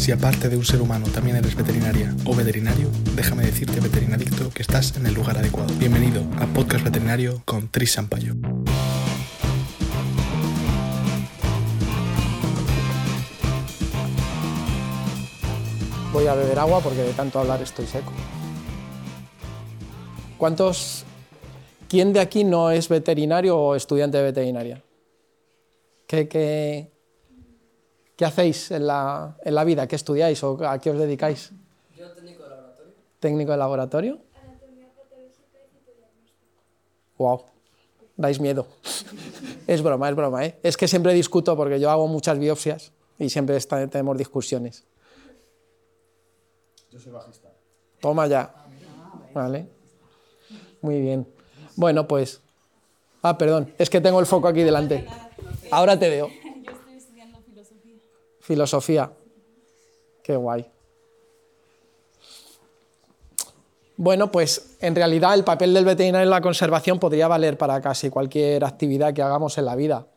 Si aparte de un ser humano también eres veterinaria o veterinario, déjame decirte, veterinadicto, que estás en el lugar adecuado. Bienvenido a Podcast Veterinario con Tris Sampayo. Voy a beber agua porque de tanto hablar estoy seco. ¿Quién de aquí no es veterinario o estudiante de veterinaria? ¿Qué hacéis en la vida? ¿Qué estudiáis o a qué os dedicáis? Yo técnico de laboratorio. ¿Técnico de laboratorio? Anatomía patológica y citodiagnóstico. Wow, dais miedo. Es broma, ¿eh? Es que siempre discuto porque yo hago muchas biopsias y siempre tenemos discusiones. Yo soy bajista. Toma ya. Vale. Muy bien. Bueno, pues... perdón, es que tengo el foco aquí delante. Ahora te veo. Yo estoy estudiando filosofía. Filosofía. Qué guay. Bueno, pues en realidad el papel del veterinario en la conservación podría valer para casi cualquier actividad que hagamos en la vida.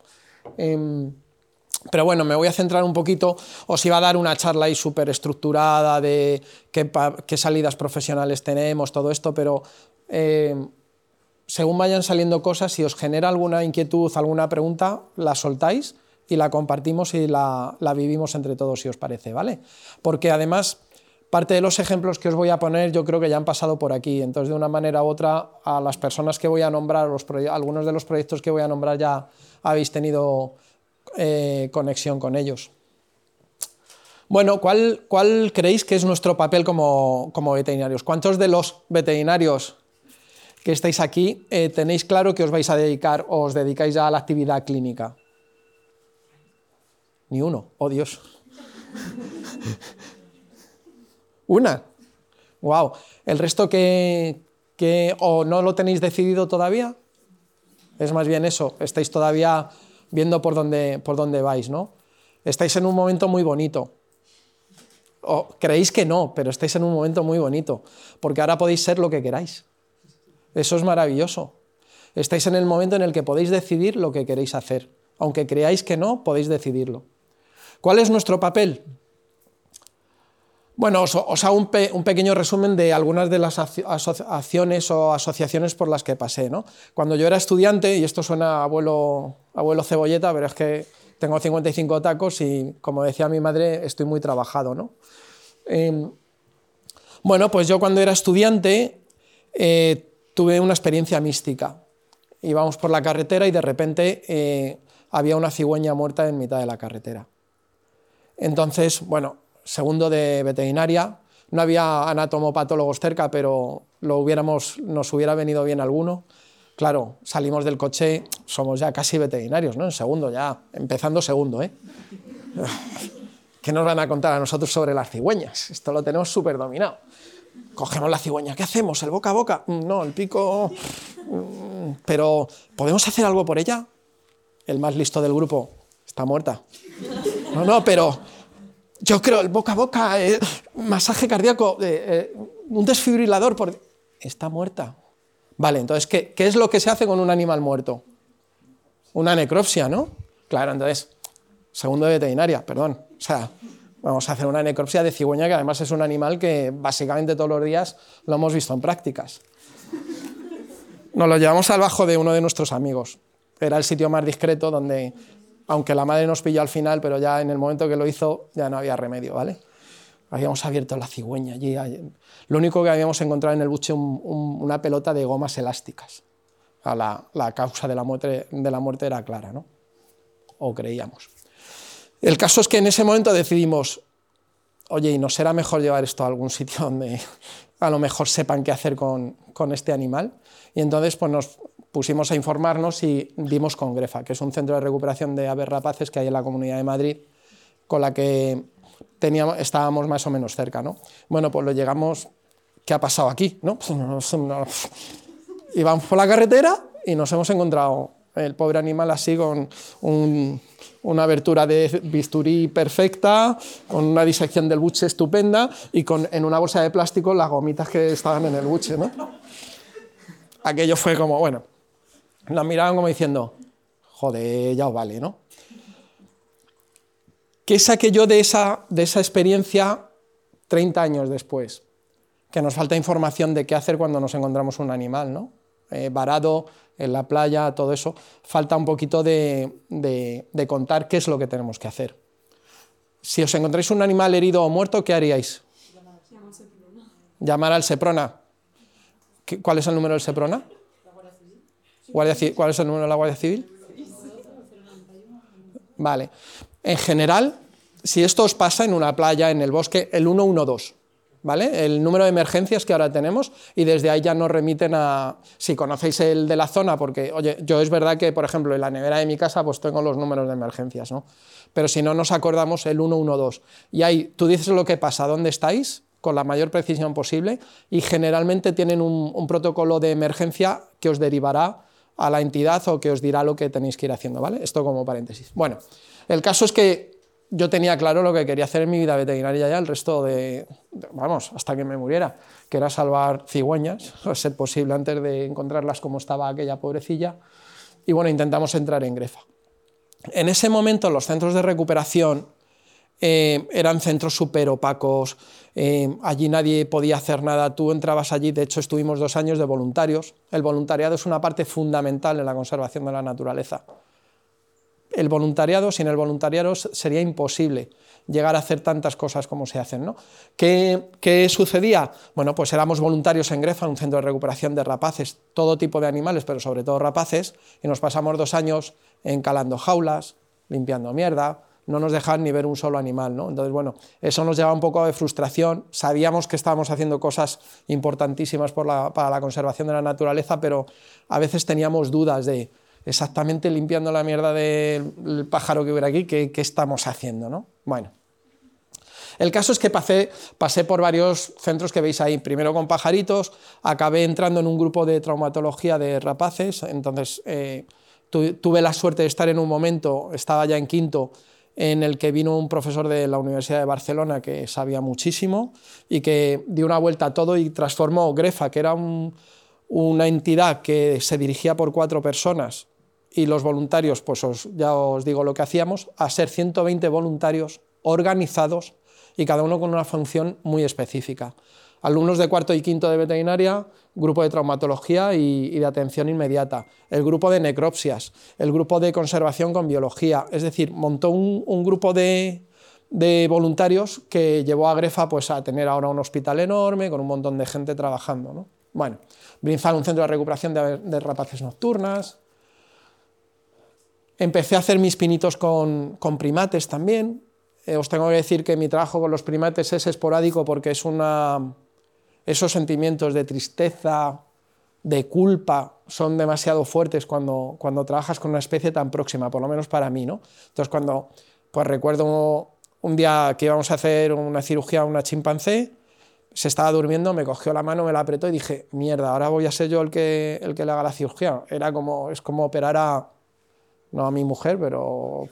Pero bueno, me voy a centrar un poquito, os iba a dar una charla ahí súper estructurada de qué salidas profesionales tenemos, todo esto, pero según vayan saliendo cosas, si os genera alguna inquietud, alguna pregunta, la soltáis y la compartimos y la vivimos entre todos, si os parece, ¿vale? Porque además, parte de los ejemplos que os voy a poner yo creo que ya han pasado por aquí, entonces de una manera u otra, a las personas que voy a nombrar, algunos de los proyectos que voy a nombrar ya habéis tenido conexión con ellos. Bueno, ¿cuál creéis que es nuestro papel como veterinarios? ¿Cuántos de los veterinarios que estáis aquí tenéis claro que os vais a dedicar o os dedicáis ya a la actividad clínica? Ni uno, oh Dios. Una. Wow. ¿El resto que o no lo tenéis decidido todavía? Es más bien eso, estáis todavía viendo por dónde vais, ¿no? Estáis en un momento muy bonito. O creéis que no, pero estáis en un momento muy bonito, porque ahora podéis ser lo que queráis. Eso es maravilloso. Estáis en el momento en el que podéis decidir lo que queréis hacer. Aunque creáis que no, podéis decidirlo. ¿Cuál es nuestro papel? Bueno, os hago un pequeño resumen de algunas de las acciones o asociaciones por las que pasé, ¿no? Cuando yo era estudiante, y esto suena a abuelo cebolleta, pero es que tengo 55 tacos y, como decía mi madre, estoy muy trabajado, ¿no? Bueno, pues yo cuando era estudiante tuve una experiencia mística. Íbamos por la carretera y de repente había una cigüeña muerta en mitad de la carretera. Entonces, bueno, segundo de veterinaria, no había anatomopatólogos cerca, pero nos hubiera venido bien alguno. Claro, salimos del coche, somos ya casi veterinarios, ¿no? En segundo ya, empezando segundo, ¿eh? ¿Qué nos van a contar a nosotros sobre las cigüeñas? Esto lo tenemos súper dominado. Cogemos la cigüeña, ¿qué hacemos? ¿El boca a boca? No, el pico... Pero, ¿podemos hacer algo por ella? El más listo del grupo, está muerta. No, pero... Yo creo, el boca a boca, masaje cardíaco, un desfibrilador, está muerta. Vale, entonces, ¿qué es lo que se hace con un animal muerto? Una necropsia, ¿no? Claro, entonces, segundo de veterinaria, perdón. O sea, vamos a hacer una necropsia de cigüeña, que además es un animal que básicamente todos los días lo hemos visto en prácticas. Nos lo llevamos al bajo de uno de nuestros amigos. Era el sitio más discreto donde... Aunque la madre nos pilló al final, pero ya en el momento que lo hizo ya no había remedio, ¿vale? Habíamos abierto la cigüeña allí. Lo único que habíamos encontrado en el buche una pelota de gomas elásticas. La causa de la muerte era clara, ¿no? O creíamos. El caso es que en ese momento decidimos, oye, ¿y no será mejor llevar esto a algún sitio donde a lo mejor sepan qué hacer con este animal? Y entonces pues nos pusimos a informarnos y dimos con Grefa, que es un centro de recuperación de aves rapaces que hay en la Comunidad de Madrid, con la que estábamos más o menos cerca, ¿no? Bueno, pues lo llegamos, ¿qué ha pasado aquí? ¿No? Íbamos por la carretera y nos hemos encontrado el pobre animal así con una abertura de bisturí perfecta, con una disección del buche estupenda y en una bolsa de plástico las gomitas que estaban en el buche, ¿no? Aquello fue como, bueno, nos miraban como diciendo, joder, ya os vale, ¿no? ¿Qué saqué yo de esa experiencia 30 años después? Que nos falta información de qué hacer cuando nos encontramos un animal, ¿no? Varado, en la playa, todo eso. Falta un poquito de contar qué es lo que tenemos que hacer. Si os encontráis un animal herido o muerto, ¿qué haríais? Llamar al Seprona. ¿Cuál es el número del Seprona? ¿Cuál es el número de la Guardia Civil? Vale. En general, si esto os pasa en una playa, en el bosque, el 112, ¿vale? El número de emergencias que ahora tenemos, y desde ahí ya nos remiten a... Si conocéis el de la zona, porque, oye, yo es verdad que, por ejemplo, en la nevera de mi casa pues tengo los números de emergencias, ¿no? Pero si no nos acordamos, el 112. Y ahí tú dices lo que pasa, dónde estáis, con la mayor precisión posible, y generalmente tienen un protocolo de emergencia que os derivará a la entidad o que os dirá lo que tenéis que ir haciendo, ¿vale? Esto como paréntesis. Bueno, el caso es que yo tenía claro lo que quería hacer en mi vida veterinaria ya el resto vamos, hasta que me muriera, que era salvar cigüeñas, a ser posible antes de encontrarlas como estaba aquella pobrecilla, y bueno, intentamos entrar en Grefa. En ese momento los centros de recuperación eran centros súper opacos, allí nadie podía hacer nada, tú entrabas allí, de hecho estuvimos 2 años de voluntarios. El voluntariado es una parte fundamental en la conservación de la naturaleza. El voluntariado, sin el voluntariado sería imposible llegar a hacer tantas cosas como se hacen, ¿no? ¿Qué sucedía? Bueno, pues éramos voluntarios en Grefa, un centro de recuperación de rapaces, todo tipo de animales, pero sobre todo rapaces, y nos pasamos 2 años encalando jaulas, limpiando mierda, no nos dejaban ni ver un solo animal, ¿no? Entonces, bueno, eso nos llevaba un poco de frustración, sabíamos que estábamos haciendo cosas importantísimas para la conservación de la naturaleza, pero a veces teníamos dudas de exactamente limpiando la mierda del pájaro que hubiera aquí, ¿qué estamos haciendo, ¿no? Bueno, el caso es que pasé por varios centros que veis ahí, primero con pajaritos, acabé entrando en un grupo de traumatología de rapaces, entonces tuve la suerte de estar en un momento, estaba ya en quinto, en el que vino un profesor de la Universidad de Barcelona que sabía muchísimo y que dio una vuelta a todo y transformó Grefa, que era una entidad que se dirigía por 4 personas y los voluntarios, pues ya os digo lo que hacíamos, a ser 120 voluntarios organizados y cada uno con una función muy específica. Alumnos de 4º y 5º de veterinaria, grupo de traumatología y de atención inmediata, el grupo de necropsias, el grupo de conservación con biología, es decir, montó un grupo de voluntarios que llevó a Grefa pues, a tener ahora un hospital enorme con un montón de gente trabajando, ¿no? Bueno, Brinzal, un centro de recuperación de rapaces nocturnas. Empecé a hacer mis pinitos con primates también. Os tengo que decir que mi trabajo con los primates es esporádico porque es esos sentimientos de tristeza, de culpa, son demasiado fuertes cuando trabajas con una especie tan próxima, por lo menos para mí, ¿no? Entonces, pues recuerdo un día que íbamos a hacer una cirugía a una chimpancé, se estaba durmiendo, me cogió la mano, me la apretó y dije, mierda, ahora voy a ser yo el que le haga la cirugía. Es como operar no a mi mujer, pero...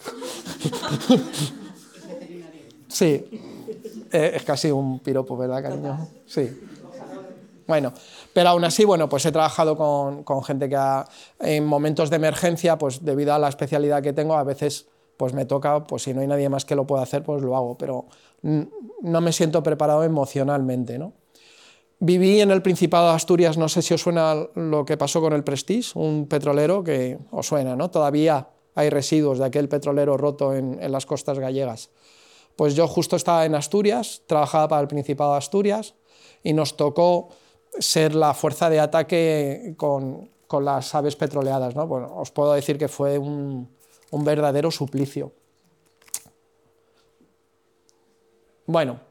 Sí, es casi un piropo, ¿verdad, cariño? Sí. Bueno, pero aún así, bueno, pues he trabajado con gente que en momentos de emergencia, pues debido a la especialidad que tengo, a veces pues me toca, pues si no hay nadie más que lo pueda hacer, pues lo hago, pero no me siento preparado emocionalmente, ¿no? Viví en el Principado de Asturias, no sé si os suena lo que pasó con el Prestige, un petrolero que os suena, ¿no? Todavía hay residuos de aquel petrolero roto en las costas gallegas. Pues yo justo estaba en Asturias, trabajaba para el Principado de Asturias y nos tocó ser la fuerza de ataque con las aves petroleadas, ¿no? Bueno, os puedo decir que fue un verdadero suplicio. Bueno,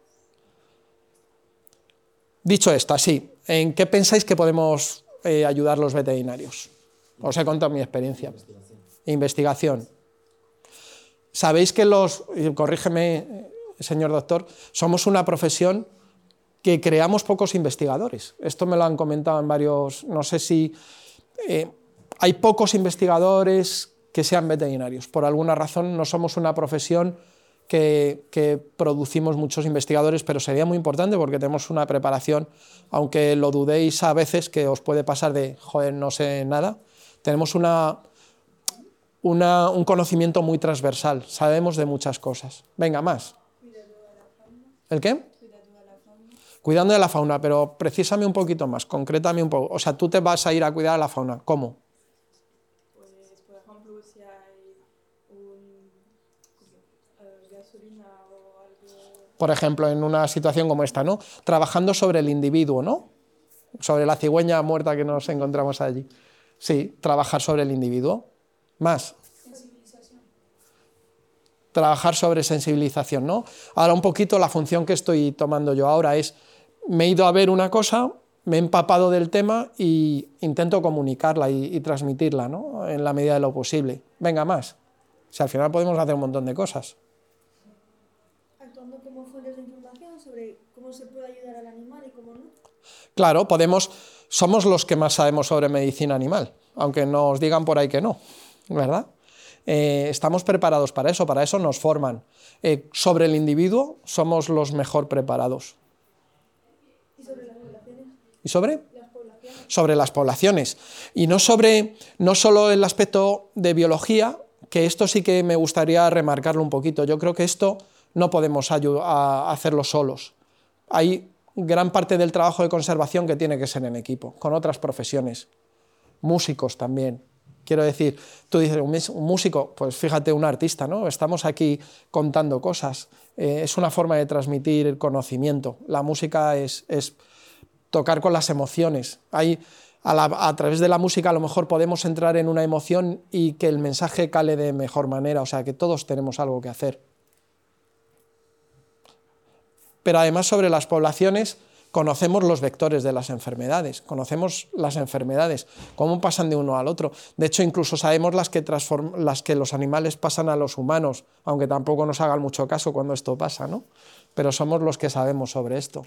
dicho esto, así, ¿en qué pensáis que podemos ayudar los veterinarios? Os he contado mi experiencia. Investigación. Sabéis que corrígeme, señor doctor, somos una profesión que creamos pocos investigadores. Esto me lo han comentado en varios, no sé si hay pocos investigadores que sean veterinarios. Por alguna razón no somos una profesión que producimos muchos investigadores, pero sería muy importante porque tenemos una preparación, aunque lo dudéis a veces que os puede pasar de, joder, no sé nada, tenemos un conocimiento muy transversal, sabemos de muchas cosas. Venga, más. ¿El qué? Cuidando de la fauna, pero precísame un poquito más, concrétame un poco. O sea, tú te vas a ir a cuidar a la fauna, ¿cómo? Pues, por ejemplo, si hay gasolina o algo... Por ejemplo, en una situación como esta, ¿no? Trabajando sobre el individuo, ¿no? Sobre la cigüeña muerta que nos encontramos allí. Sí, trabajar sobre el individuo. Más. Sensibilización. Trabajar sobre sensibilización, ¿no? Ahora un poquito la función que estoy tomando yo ahora es, me he ido a ver una cosa, me he empapado del tema y intento comunicarla y transmitirla, ¿no? En la medida de lo posible. Venga, más. O sea, al final podemos hacer un montón de cosas. Actuando como fuentes de información sobre cómo se puede ayudar al animal y cómo no. Claro, somos los que más sabemos sobre medicina animal, aunque nos digan por ahí que no, ¿verdad? Estamos preparados para eso nos forman. Sobre el individuo somos los mejor preparados. ¿Y sobre las poblaciones? ¿Y sobre? Las poblaciones. Sobre las poblaciones. Y no solo el aspecto de biología, que esto sí que me gustaría remarcarlo un poquito. Yo creo que esto no podemos hacerlo solos. Hay gran parte del trabajo de conservación que tiene que ser en equipo, con otras profesiones. Músicos también. Quiero decir, tú dices, un músico, pues fíjate, un artista, ¿no? Estamos aquí contando cosas. Es una forma de transmitir conocimiento. La música es tocar con las emociones. A través de la música a lo mejor podemos entrar en una emoción y que el mensaje cale de mejor manera, o sea que todos tenemos algo que hacer. Pero además sobre las poblaciones conocemos los vectores de las enfermedades, conocemos las enfermedades, cómo pasan de uno al otro. De hecho, incluso sabemos las que los animales pasan a los humanos, aunque tampoco nos hagan mucho caso cuando esto pasa, ¿no? Pero somos los que sabemos sobre esto.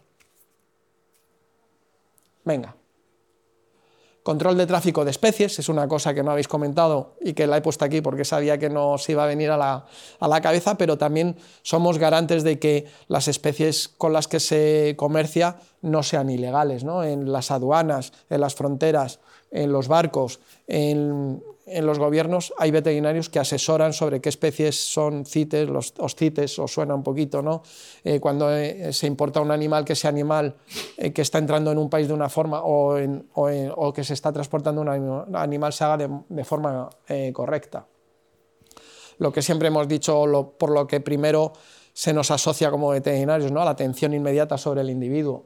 Venga. Control de tráfico de especies, es una cosa que no habéis comentado y que la he puesto aquí porque sabía que no os iba a venir a la cabeza, pero también somos garantes de que las especies con las que se comercia no sean ilegales, ¿no? En las aduanas, en las fronteras, en los barcos, en los gobiernos hay veterinarios que asesoran sobre qué especies son CITES, los CITES, os suena un poquito, ¿no? Cuando se importa un animal que ese animal que está entrando en un país de una forma o que se está transportando un animal se haga de forma correcta. Lo que siempre hemos dicho, por lo que primero se nos asocia como veterinarios, ¿no? La atención inmediata sobre el individuo.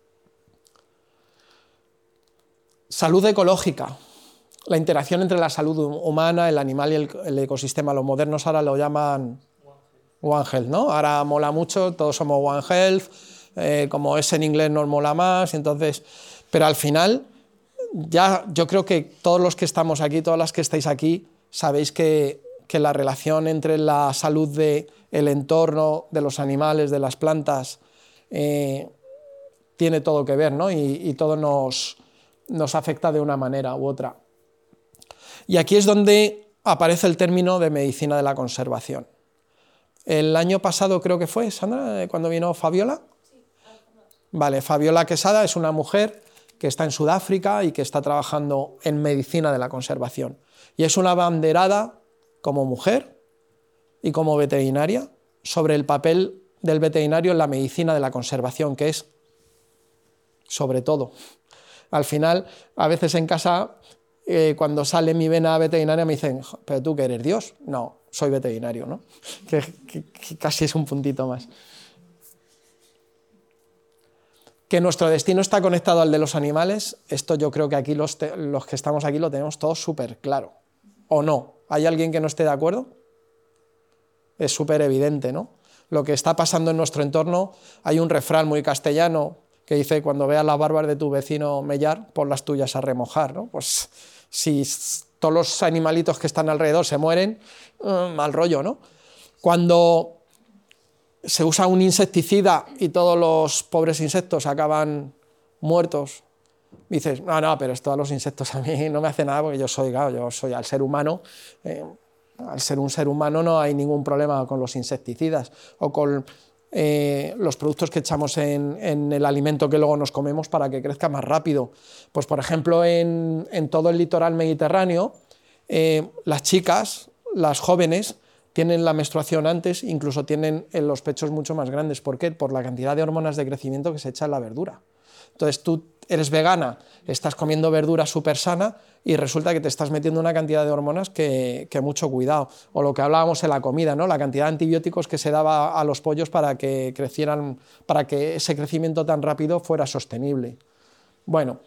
Salud ecológica. La interacción entre la salud humana, el animal y el ecosistema. Los modernos ahora lo llaman One Health, ¿no? Ahora mola mucho, todos somos One Health, como es en inglés nos mola más, entonces... Pero al final, ya yo creo que todos los que estamos aquí, todas las que estáis aquí, sabéis que la relación entre la salud del entorno, de los animales, de las plantas, tiene todo que ver, ¿no? Y todo nos afecta de una manera u otra. Y aquí es donde aparece el término de medicina de la conservación. El año pasado creo que fue, Sandra, cuando vino Fabiola. Vale, Fabiola Quesada es una mujer que está en Sudáfrica y que está trabajando en medicina de la conservación. Y es una abanderada como mujer y como veterinaria sobre el papel del veterinario en la medicina de la conservación, que es sobre todo. Al final, a veces en casa... cuando sale mi vena veterinaria me dicen, ¿pero tú que eres Dios? No, soy veterinario, ¿no? que casi es un puntito más. Que nuestro destino está conectado al de los animales, esto yo creo que aquí los que estamos aquí lo tenemos todo súper claro. ¿O no? ¿Hay alguien que no esté de acuerdo? Es súper evidente, ¿no? Lo que está pasando en nuestro entorno, hay un refrán muy castellano que dice, cuando veas las barbas de tu vecino mellar, pon las tuyas a remojar, ¿no? Pues si todos los animalitos que están alrededor se mueren, mal rollo, ¿no? Cuando se usa un insecticida y todos los pobres insectos acaban muertos, dices, no, pero esto a los insectos a mí no me hace nada porque yo soy al ser humano, al ser un ser humano no hay ningún problema con los insecticidas o con los productos que echamos en el alimento que luego nos comemos para que crezca más rápido. Pues por ejemplo en todo el litoral mediterráneo las chicas las jóvenes tienen la menstruación antes, incluso tienen en los pechos mucho más grandes. ¿Por qué? Por la cantidad de hormonas de crecimiento que se echa en la verdura. Entonces tú eres vegana, estás comiendo verdura súper sana y resulta que te estás metiendo una cantidad de hormonas que mucho cuidado. O lo que hablábamos en la comida, ¿no? La cantidad de antibióticos que se daba a los pollos para que crecieran, para que ese crecimiento tan rápido fuera sostenible. Bueno,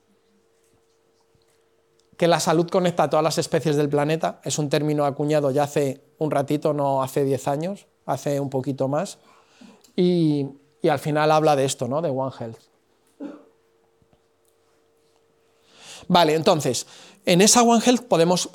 que la salud conecta a todas las especies del planeta es un término acuñado ya hace un ratito, no hace 10 años, hace un poquito más, y al final habla de esto, ¿no? De One Health. Vale, entonces, en esa One Health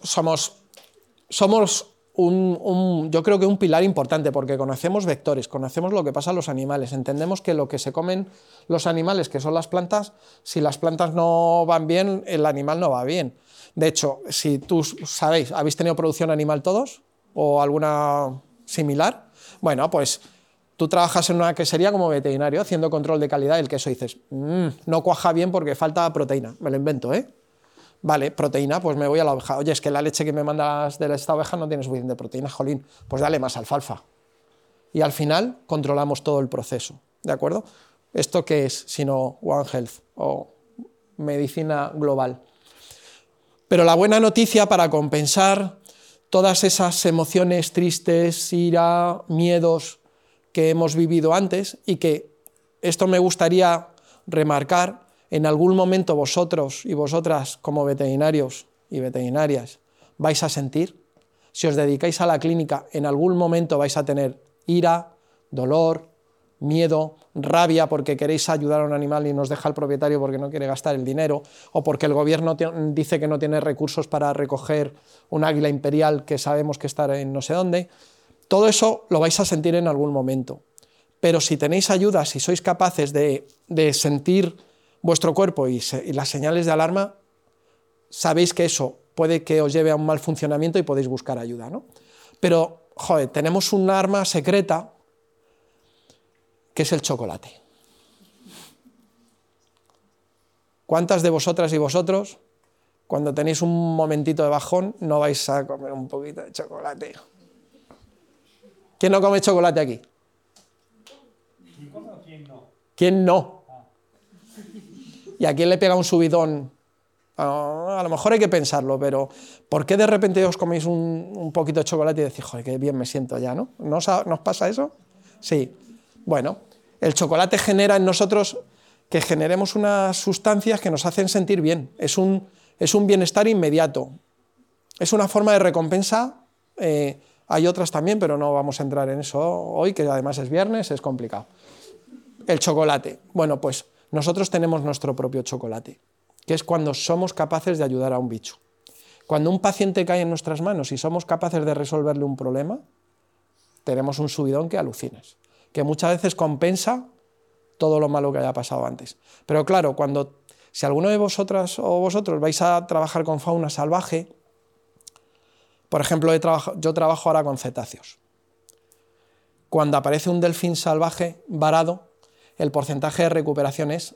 somos yo creo que un pilar importante, porque conocemos vectores, conocemos lo que pasa a los animales, entendemos que lo que se comen los animales, que son las plantas, si las plantas no van bien, el animal no va bien. De hecho, si tú sabéis, ¿habéis tenido producción animal todos? ¿O alguna similar? Bueno, pues tú trabajas en una quesería como veterinario, haciendo control de calidad del queso, y dices, no cuaja bien porque falta proteína, me lo invento, ¿eh? Vale, proteína, pues me voy a la oveja. Oye, es que la leche que me mandas de esta oveja no tiene suficiente proteína, jolín, pues dale más alfalfa. Y al final controlamos todo el proceso, ¿de acuerdo? ¿Esto qué es sino One Health o medicina global? Pero la buena noticia, para compensar todas esas emociones tristes, ira, miedos que hemos vivido antes, y que esto me gustaría remarcar, en algún momento vosotros y vosotras como veterinarios y veterinarias vais a sentir, si os dedicáis a la clínica, en algún momento vais a tener ira, dolor, miedo, rabia porque queréis ayudar a un animal y nos deja el propietario porque no quiere gastar el dinero, o porque el gobierno dice que no tiene recursos para recoger un águila imperial que sabemos que está en no sé dónde. Todo eso lo vais a sentir en algún momento. Pero si tenéis ayuda, si sois capaces de sentir vuestro cuerpo y las señales de alarma, sabéis que eso puede que os lleve a un mal funcionamiento y podéis buscar ayuda, ¿no? Pero, joder, tenemos un arma secreta que es el chocolate. ¿Cuántas de vosotras y vosotros, cuando tenéis un momentito de bajón, no vais a comer un poquito de chocolate? ¿Quién no come chocolate aquí? ¿Quién come o quién no? ¿Quién no? ¿Y a quién le pega un subidón? A lo mejor hay que pensarlo, pero ¿por qué de repente os coméis un poquito de chocolate y decís, joder, qué bien me siento ya, ¿no? ¿No os pasa eso? Sí. Bueno, el chocolate genera en nosotros que generemos unas sustancias que nos hacen sentir bien. Es un bienestar inmediato. Es una forma de recompensa. Hay otras también, pero no vamos a entrar en eso hoy, que además es viernes, es complicado. El chocolate. Bueno, pues nosotros tenemos nuestro propio chocolate, que es cuando somos capaces de ayudar a un bicho. Cuando un paciente cae en nuestras manos y somos capaces de resolverle un problema, tenemos un subidón que alucinas, que muchas veces compensa todo lo malo que haya pasado antes. Pero claro, si alguno de vosotras o vosotros vais a trabajar con fauna salvaje, por ejemplo, yo trabajo ahora con cetáceos. Cuando aparece un delfín salvaje varado, el porcentaje de recuperación es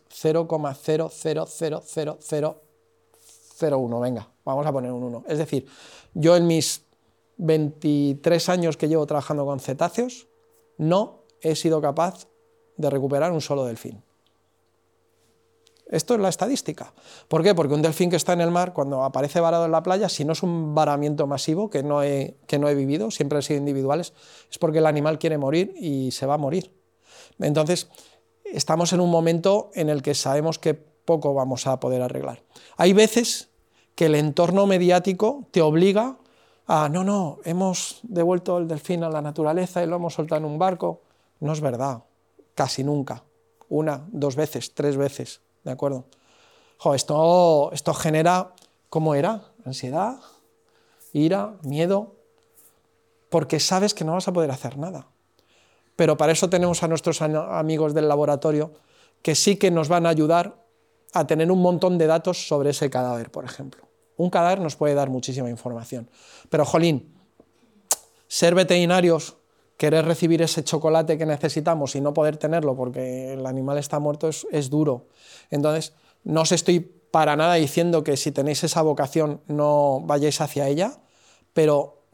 0,000001. Venga, vamos a poner un 1. Es decir, yo en mis 23 años que llevo trabajando con cetáceos, no he sido capaz de recuperar un solo delfín. Esto es la estadística. ¿Por qué? Porque un delfín que está en el mar, cuando aparece varado en la playa, si no es un varamiento masivo, que no he vivido, siempre han sido individuales, es porque el animal quiere morir y se va a morir. Entonces, estamos en un momento en el que sabemos que poco vamos a poder arreglar. Hay veces que el entorno mediático te obliga a, no, hemos devuelto el delfín a la naturaleza y lo hemos soltado en un barco. No es verdad, casi nunca. 1, 2 veces, 3 veces, ¿de acuerdo? Esto genera, ¿cómo era? Ansiedad, ira, miedo, porque sabes que no vas a poder hacer nada. Pero para eso tenemos a nuestros amigos del laboratorio que sí que nos van a ayudar a tener un montón de datos sobre ese cadáver, por ejemplo. Un cadáver nos puede dar muchísima información. Pero, jolín, ser veterinarios, querer recibir ese chocolate que necesitamos y no poder tenerlo porque el animal está muerto es duro. Entonces, no os estoy para nada diciendo que si tenéis esa vocación no vayáis hacia ella, pero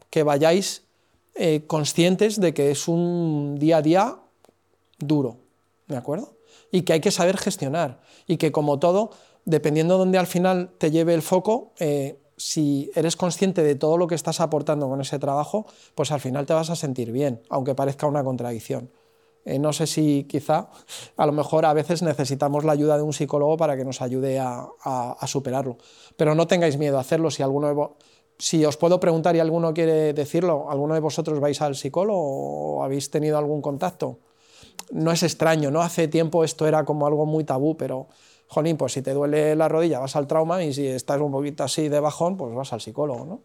que vayáis conscientes de que es un día a día duro, ¿de acuerdo? Y que hay que saber gestionar, y que como todo, dependiendo de dónde al final te lleve el foco, si eres consciente de todo lo que estás aportando con ese trabajo, pues al final te vas a sentir bien, aunque parezca una contradicción. No sé si quizá, a lo mejor a veces necesitamos la ayuda de un psicólogo para que nos ayude a superarlo, pero no tengáis miedo a hacerlo. Si os puedo preguntar y alguno quiere decirlo, ¿alguno de vosotros vais al psicólogo o habéis tenido algún contacto? No es extraño, ¿no? Hace tiempo esto era como algo muy tabú, pero, jolín, pues si te duele la rodilla vas al trauma, y si estás un poquito así de bajón, pues vas al psicólogo, ¿no?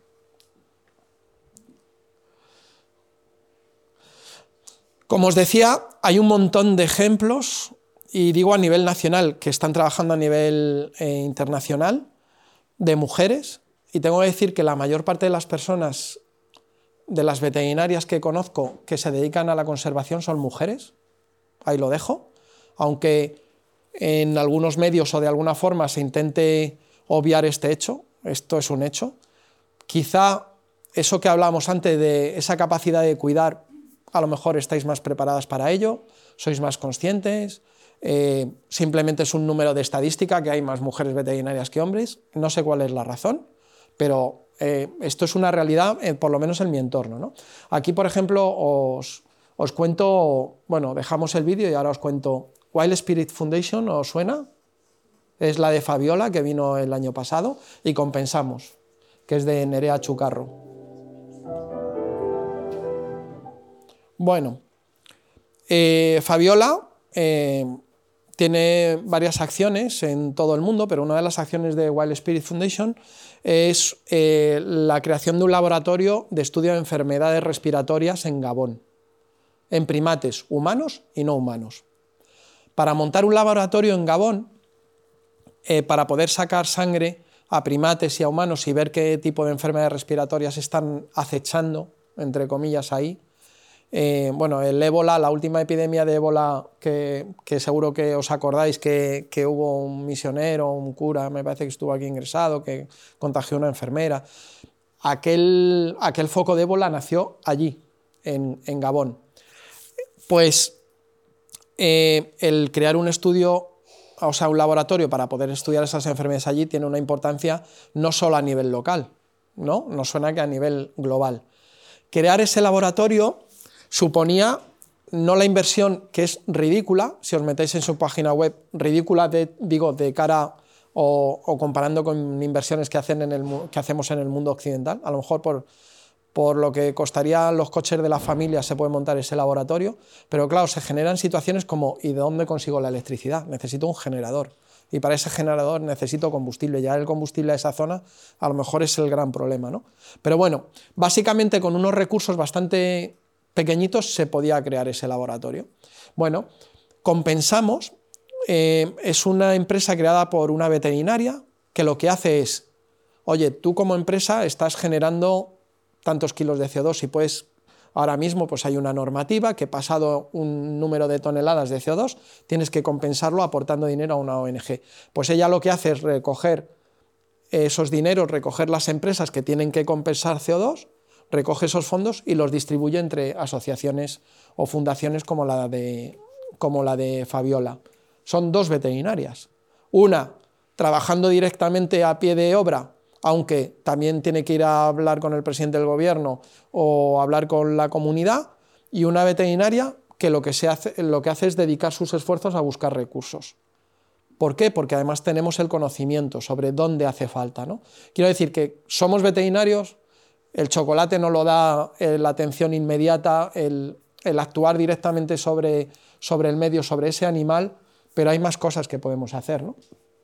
Como os decía, hay un montón de ejemplos, y digo a nivel nacional, que están trabajando a nivel internacional, de mujeres, y tengo que decir que la mayor parte de las personas, de las veterinarias que conozco que se dedican a la conservación, son mujeres. Ahí lo dejo, aunque en algunos medios o de alguna forma se intente obviar este hecho, esto es un hecho. Quizá eso que hablábamos antes de esa capacidad de cuidar, a lo mejor estáis más preparadas para ello, sois más conscientes, simplemente es un número de estadística, que hay más mujeres veterinarias que hombres, no sé cuál es la razón, pero esto es una realidad, por lo menos en mi entorno, ¿no? Aquí, por ejemplo, os cuento, bueno, dejamos el vídeo y ahora os cuento. Wild Spirit Foundation, ¿os suena? Es la de Fabiola, que vino el año pasado, y Compensamos, que es de Nerea Chucarro. Bueno, Fabiola tiene varias acciones en todo el mundo, pero una de las acciones de Wild Spirit Foundation es la creación de un laboratorio de estudio de enfermedades respiratorias en Gabón, en primates humanos y no humanos. Para montar un laboratorio en Gabón, para poder sacar sangre a primates y a humanos y ver qué tipo de enfermedades respiratorias están acechando, entre comillas, ahí. Bueno, el ébola, la última epidemia de ébola, que seguro que os acordáis que hubo un misionero, un cura, me parece que estuvo aquí ingresado, que contagió a una enfermera. Aquel foco de ébola nació allí, en Gabón. Pues el crear un estudio, o sea, un laboratorio para poder estudiar esas enfermedades allí tiene una importancia no solo a nivel local, ¿no? Nos suena que a nivel global. Crear ese laboratorio suponía no la inversión, que es ridícula, si os metéis en su página web, ridícula de cara o comparando con inversiones que hacemos en el mundo occidental. A lo mejor por lo que costarían los coches de la familia se puede montar ese laboratorio, pero claro, se generan situaciones como ¿y de dónde consigo la electricidad? Necesito un generador, y para ese generador necesito combustible. Ya el combustible a esa zona a lo mejor es el gran problema, ¿no? Pero bueno, básicamente con unos recursos bastante pequeñitos se podía crear ese laboratorio. Bueno, Compensamos es una empresa creada por una veterinaria que lo que hace es, oye, tú como empresa estás generando tantos kilos de CO2 y pues ahora mismo pues hay una normativa que pasado un número de toneladas de CO2 tienes que compensarlo aportando dinero a una ONG. Pues ella lo que hace es recoger esos dineros, recoger las empresas que tienen que compensar CO2, recoge esos fondos y los distribuye entre asociaciones o fundaciones como la de Fabiola. Son dos veterinarias. Una trabajando directamente a pie de obra, aunque también tiene que ir a hablar con el presidente del gobierno o hablar con la comunidad, y una veterinaria que lo que hace es dedicar sus esfuerzos a buscar recursos. ¿Por qué? Porque además tenemos el conocimiento sobre dónde hace falta, ¿no? Quiero decir que somos veterinarios, el chocolate no lo da la atención inmediata, el actuar directamente sobre el medio, sobre ese animal, pero hay más cosas que podemos hacer, ¿no?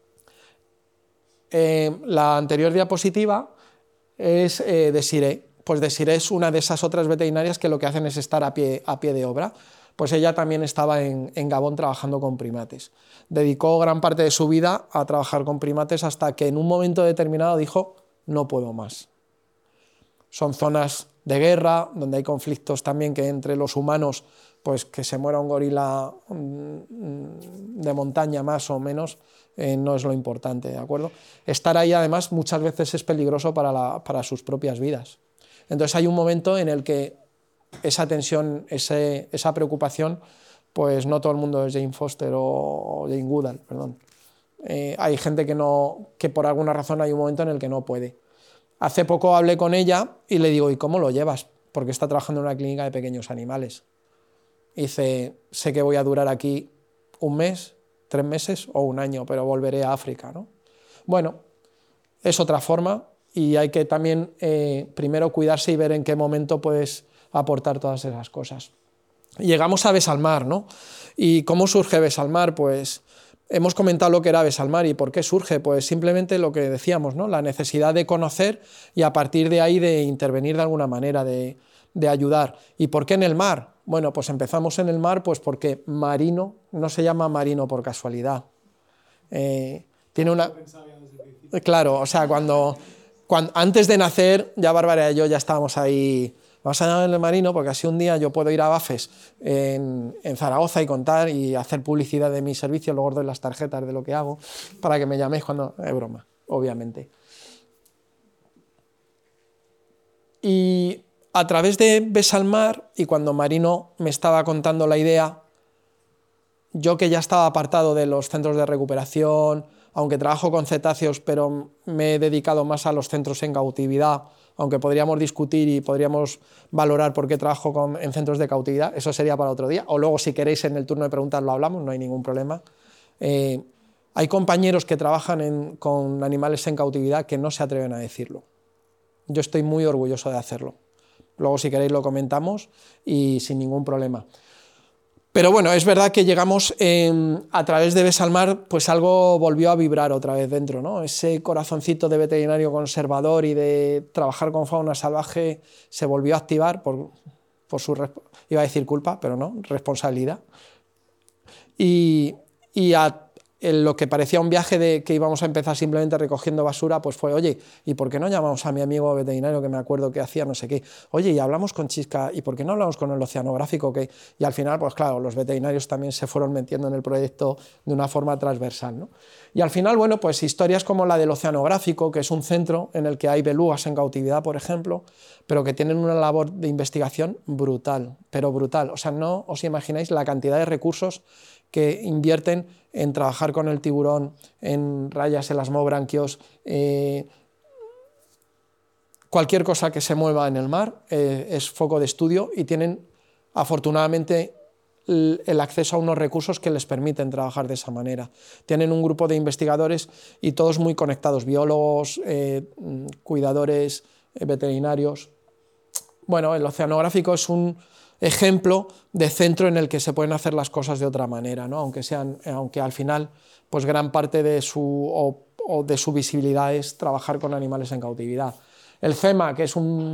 La anterior diapositiva es Desiree. Pues Desiree es una de esas otras veterinarias que lo que hacen es estar a pie de obra. Pues ella también estaba en Gabón trabajando con primates. Dedicó gran parte de su vida a trabajar con primates hasta que en un momento determinado dijo, no puedo más. Son zonas de guerra, donde hay conflictos también que entre los humanos, pues que se muera un gorila de montaña más o menos, no es lo importante, ¿de acuerdo? Estar ahí además muchas veces es peligroso para sus propias vidas. Entonces hay un momento en el que esa tensión, esa preocupación, pues no todo el mundo es Jane Foster o Jane Goodall, perdón. Hay gente que por alguna razón hay un momento en el que no puede. Hace poco hablé con ella y le digo, ¿y cómo lo llevas? Porque está trabajando en una clínica de pequeños animales. Y dice, sé que voy a durar aquí 1 mes, 3 meses o 1 año, pero volveré a África, ¿no? Bueno, es otra forma y hay que también primero cuidarse y ver en qué momento puedes aportar todas esas cosas. Llegamos a Besalmar, ¿no? ¿Y cómo surge Besalmar? Pues hemos comentado lo que era Besalmar y por qué surge, pues simplemente lo que decíamos, ¿no? La necesidad de conocer y a partir de ahí de intervenir de alguna manera, de ayudar. ¿Y por qué en el mar? Bueno, pues empezamos en el mar pues porque Marino no se llama Marino por casualidad. Tiene una... Claro, o sea, cuando antes de nacer, ya Bárbara y yo ya estábamos ahí, vamos a llamar el Marino porque así un día yo puedo ir a Bafes en Zaragoza y contar y hacer publicidad de mi servicio, luego os doy las tarjetas de lo que hago, para que me llaméis cuando... Es broma, obviamente. Y a través de Besalmar, y cuando Marino me estaba contando la idea, yo que ya estaba apartado de los centros de recuperación, aunque trabajo con cetáceos, pero me he dedicado más a los centros en cautividad, aunque podríamos discutir y podríamos valorar por qué trabajo en centros de cautividad, eso sería para otro día, o luego si queréis en el turno de preguntas lo hablamos, no hay ningún problema. Hay compañeros que trabajan con animales en cautividad que no se atreven a decirlo. Yo estoy muy orgulloso de hacerlo. Luego si queréis lo comentamos y sin ningún problema. Pero bueno, es verdad que llegamos a través de Besalmar, pues algo volvió a vibrar otra vez dentro, ¿no? Ese corazoncito de veterinario conservador y de trabajar con fauna salvaje se volvió a activar por su, iba a decir culpa, pero no, responsabilidad. Y en lo que parecía un viaje que íbamos a empezar simplemente recogiendo basura, pues fue, oye, ¿y por qué no llamamos a mi amigo veterinario que me acuerdo que hacía no sé qué? Oye, y hablamos con Chisca, ¿y por qué no hablamos con el oceanográfico? Y al final, pues claro, los veterinarios también se fueron metiendo en el proyecto de una forma transversal, ¿no? Y al final, bueno, pues historias como la del oceanográfico, que es un centro en el que hay belugas en cautividad, por ejemplo, pero que tienen una labor de investigación brutal, pero brutal. O sea, no os imagináis la cantidad de recursos que invierten en trabajar con el tiburón, en rayas, elasmobranquios, cualquier cosa que se mueva en el mar es foco de estudio y tienen afortunadamente el acceso a unos recursos que les permiten trabajar de esa manera. Tienen un grupo de investigadores y todos muy conectados, biólogos, cuidadores, veterinarios. Bueno, el oceanográfico es un ejemplo de centro en el que se pueden hacer las cosas de otra manera, ¿no? Aunque al final pues gran parte de su visibilidad es trabajar con animales en cautividad. El CEMA, que es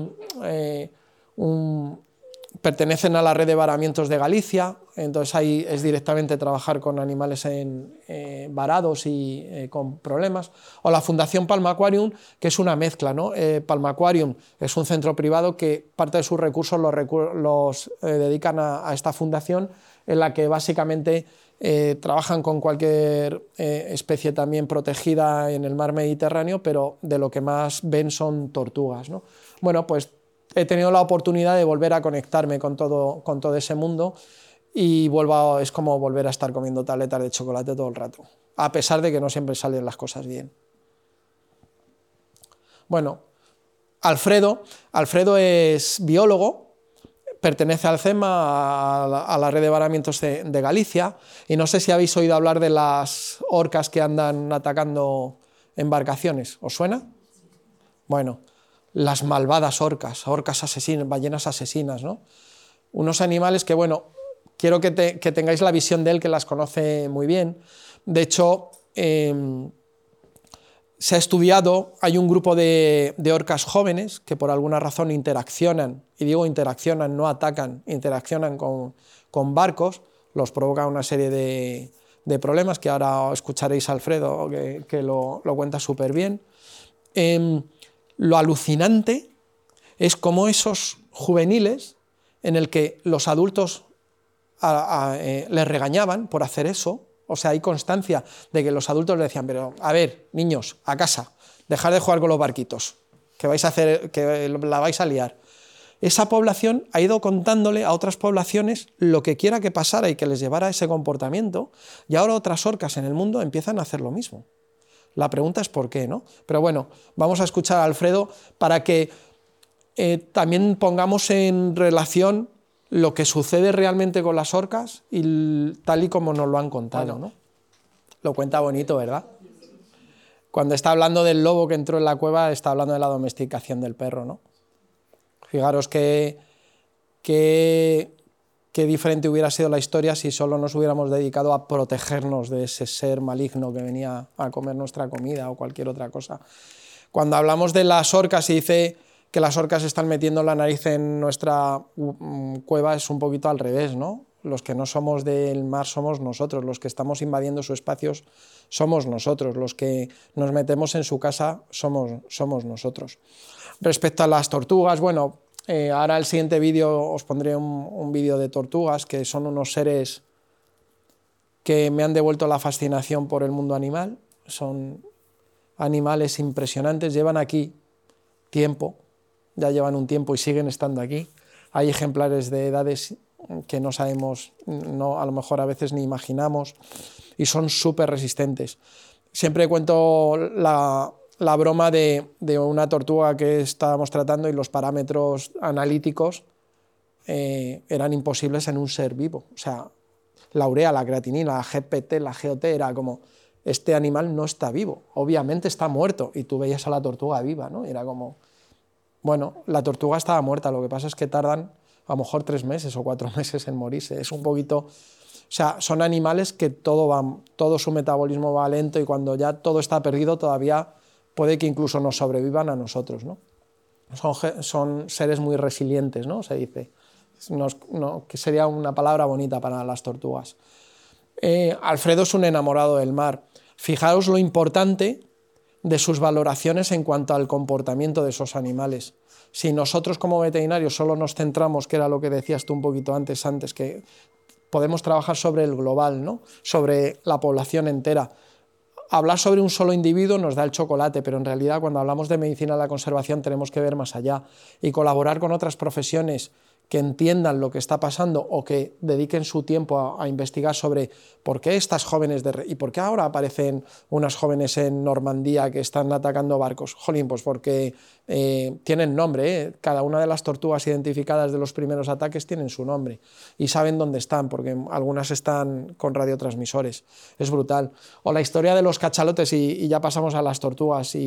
pertenecen a la red de varamientos de Galicia, entonces ahí es directamente trabajar con animales varados y con problemas, o la Fundación Palma Aquarium, que es una mezcla, ¿no? Palma Aquarium es un centro privado que parte de sus recursos los dedican a esta fundación, en la que básicamente trabajan con cualquier especie también protegida en el mar Mediterráneo, pero de lo que más ven son tortugas, ¿no? Bueno, pues he tenido la oportunidad de volver a conectarme con todo ese mundo y es como volver a estar comiendo tabletas de chocolate todo el rato, a pesar de que no siempre salen las cosas bien. Bueno, Alfredo es biólogo, pertenece al CEMA, a la red de varamientos de Galicia, y no sé si habéis oído hablar de las orcas que andan atacando embarcaciones, ¿os suena? Bueno, las malvadas orcas asesinas, ballenas asesinas, ¿no? Unos animales que, bueno, quiero que tengáis la visión de él, que las conoce muy bien. De hecho, se ha estudiado, hay un grupo de orcas jóvenes que por alguna razón interaccionan, y digo interaccionan, no atacan, interaccionan con barcos, los provoca una serie de problemas que ahora escucharéis a Alfredo, que lo cuenta súper bien. Lo alucinante es cómo esos juveniles, en el que los adultos les regañaban por hacer eso, o sea, hay constancia de que los adultos le decían, pero a ver, niños, a casa, dejad de jugar con los barquitos, que la vais a liar. esa población ha ido contándole a otras poblaciones lo que quiera que pasara y que les llevara a ese comportamiento, y ahora otras orcas en el mundo empiezan a hacer lo mismo. La pregunta es por qué, ¿no? Pero bueno, vamos a escuchar a Alfredo para que también pongamos en relación lo que sucede realmente con las orcas y tal y como nos lo han contado, ¿no? Lo cuenta bonito, ¿verdad? Cuando está hablando del lobo que entró en la cueva, está hablando de la domesticación del perro, ¿no? Fijaros qué diferente hubiera sido la historia si solo nos hubiéramos dedicado a protegernos de ese ser maligno que venía a comer nuestra comida o cualquier otra cosa. Cuando hablamos de las orcas y dice que las orcas están metiendo la nariz en nuestra cueva, es un poquito al revés, ¿no? Los que no somos del mar somos nosotros, los que estamos invadiendo sus espacios somos nosotros, los que nos metemos en su casa somos nosotros. Respecto a las tortugas, bueno, ahora el siguiente vídeo os pondré un vídeo de tortugas, que son unos seres que me han devuelto la fascinación por el mundo animal. Son animales impresionantes, llevan aquí tiempo, ya llevan un tiempo y siguen estando aquí. Hay ejemplares de edades que no sabemos, a lo mejor a veces ni imaginamos, y son súper resistentes. Siempre cuento la broma de una tortuga que estábamos tratando y los parámetros analíticos eran imposibles en un ser vivo. O sea, la urea, la creatinina, la GPT, la GOT, era como, este animal no está vivo, obviamente está muerto, y tú veías a la tortuga viva, ¿no? Y era como, bueno, la tortuga estaba muerta, lo que pasa es que tardan a lo mejor 3 meses o 4 meses en morirse. Es un poquito, o sea, son animales que todo su metabolismo va lento, y cuando ya todo está perdido todavía puede que incluso nos sobrevivan a nosotros, ¿no? Son seres muy resilientes, ¿no? Se dice, que sería una palabra bonita para las tortugas. Alfredo es un enamorado del mar. Fijaos lo importante de sus valoraciones en cuanto al comportamiento de esos animales. Si nosotros como veterinarios solo nos centramos, que era lo que decías tú un poquito antes, que podemos trabajar sobre el global, ¿no? Sobre la población entera. Hablar sobre un solo individuo nos da el chocolate, pero en realidad cuando hablamos de medicina de la conservación tenemos que ver más allá y colaborar con otras profesiones que entiendan lo que está pasando o que dediquen su tiempo a investigar sobre por qué estas jóvenes y por qué ahora aparecen unas jóvenes en Normandía que están atacando barcos. Jolín, pues porque tienen nombre, ¿eh? Cada una de las tortugas identificadas de los primeros ataques tienen su nombre y saben dónde están, porque algunas están con radiotransmisores. Es brutal. O la historia de los cachalotes, y ya pasamos a las tortugas,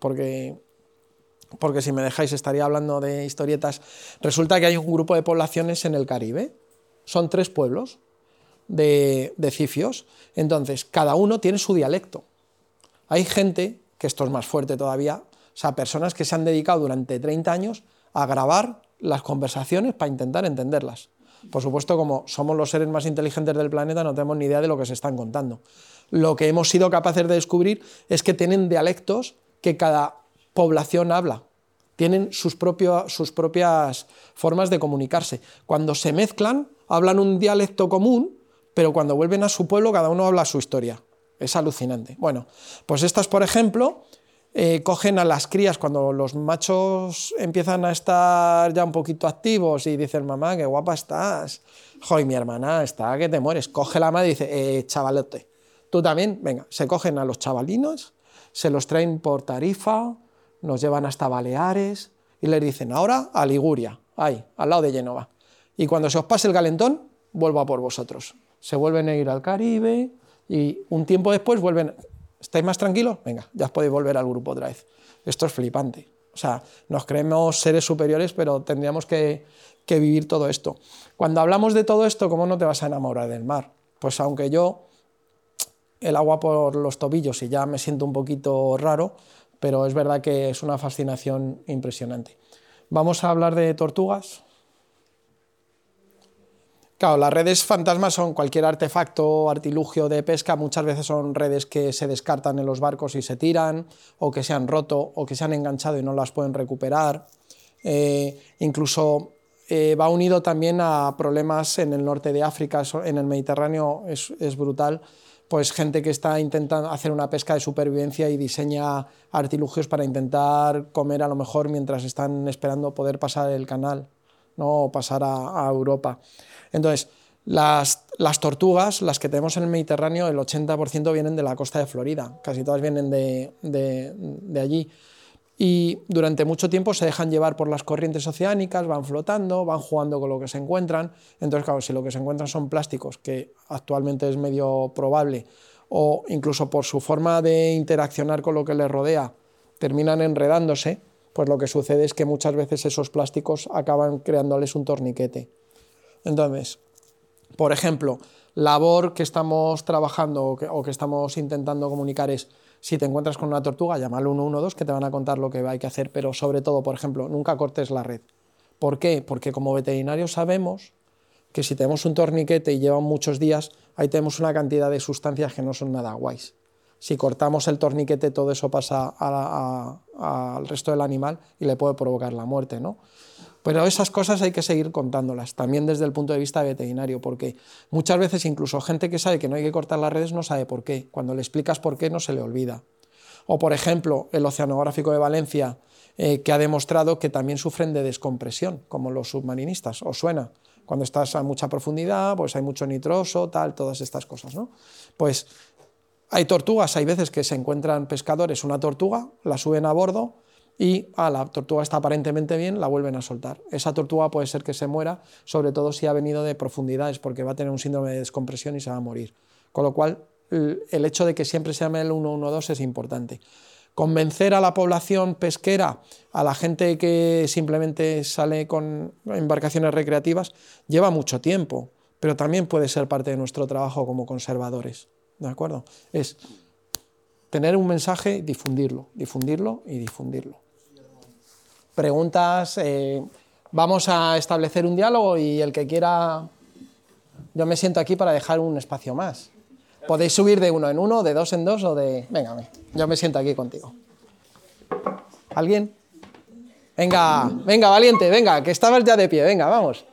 porque si me dejáis estaría hablando de historietas. Resulta que hay un grupo de poblaciones en el Caribe, son 3 pueblos de cifios, entonces cada uno tiene su dialecto. Hay gente, que esto es más fuerte todavía, o sea, personas que se han dedicado durante 30 años a grabar las conversaciones para intentar entenderlas. Por supuesto, como somos los seres más inteligentes del planeta, no tenemos ni idea de lo que se están contando. Lo que hemos sido capaces de descubrir es que tienen dialectos que cada población habla, tienen sus propias formas de comunicarse. Cuando se mezclan, hablan un dialecto común, pero cuando vuelven a su pueblo, cada uno habla su historia. Es alucinante. Bueno, pues estas, por ejemplo, cogen a las crías cuando los machos empiezan a estar ya un poquito activos y dicen, mamá, qué guapa estás. Joder, mi hermana está que te mueres. Coge la madre y dice, chavalote, tú también, venga, se cogen a los chavalinos, se los traen por Tarifa, nos llevan hasta Baleares y les dicen, ahora a Liguria, ahí, al lado de Génova. Y cuando se os pase el calentón, vuelvo a por vosotros. Se vuelven a ir al Caribe y un tiempo después vuelven. ¿Estáis más tranquilos? Venga, ya os podéis volver al grupo otra vez. Esto es flipante. O sea, nos creemos seres superiores, pero tendríamos que vivir todo esto. Cuando hablamos de todo esto, ¿cómo no te vas a enamorar del mar? Pues aunque yo el agua por los tobillos y ya me siento un poquito raro, pero es verdad que es una fascinación impresionante. Vamos a hablar de tortugas. Claro, las redes fantasmas son cualquier artefacto o artilugio de pesca. Muchas veces son redes que se descartan en los barcos y se tiran, o que se han roto, o que se han enganchado y no las pueden recuperar. Incluso va unido también a problemas en el norte de África, en el Mediterráneo es brutal. Pues gente que está intentando hacer una pesca de supervivencia y diseña artilugios para intentar comer a lo mejor mientras están esperando poder pasar el canal no pasar a Europa. Entonces, las tortugas, las que tenemos en el Mediterráneo, el 80% vienen de la costa de Florida, casi todas vienen de allí. Y durante mucho tiempo se dejan llevar por las corrientes oceánicas, van flotando, van jugando con lo que se encuentran. Entonces, claro, si lo que se encuentran son plásticos, que actualmente es medio probable, o incluso por su forma de interaccionar con lo que les rodea, terminan enredándose, pues lo que sucede es que muchas veces esos plásticos acaban creándoles un torniquete. Entonces, por ejemplo, labor que estamos trabajando o que estamos intentando comunicar es: si te encuentras con una tortuga, llama al 112 que te van a contar lo que hay que hacer, pero sobre todo, por ejemplo, nunca cortes la red. ¿Por qué? Porque como veterinarios sabemos que si tenemos un torniquete y llevan muchos días, ahí tenemos una cantidad de sustancias que no son nada guays. Si cortamos el torniquete, todo eso pasa al resto del animal y le puede provocar la muerte, ¿no? Pero esas cosas hay que seguir contándolas, también desde el punto de vista veterinario, porque muchas veces incluso gente que sabe que no hay que cortar las redes no sabe por qué. Cuando le explicas por qué, no se le olvida. O, por ejemplo, el Oceanográfico de Valencia, que ha demostrado que también sufren de descompresión, como los submarinistas. ¿Os suena? Cuando estás a mucha profundidad, pues hay mucho nitroso, tal, todas estas cosas, ¿no? Pues hay tortugas, hay veces que se encuentran pescadores una tortuga, la suben a bordo y la tortuga está aparentemente bien, la vuelven a soltar. Esa tortuga puede ser que se muera, sobre todo si ha venido de profundidades, porque va a tener un síndrome de descompresión y se va a morir. Con lo cual, el hecho de que siempre se llame el 112 es importante. Convencer a la población pesquera, a la gente que simplemente sale con embarcaciones recreativas, lleva mucho tiempo, pero también puede ser parte de nuestro trabajo como conservadores, ¿de acuerdo? Es tener un mensaje, difundirlo, difundirlo y difundirlo. Preguntas, vamos a establecer un diálogo y el que quiera, yo me siento aquí para dejar un espacio más. Podéis subir de uno en uno, de dos en dos o de... Venga, yo me siento aquí contigo. ¿Alguien? Venga, venga, valiente, venga, que estabas ya de pie, venga, vamos.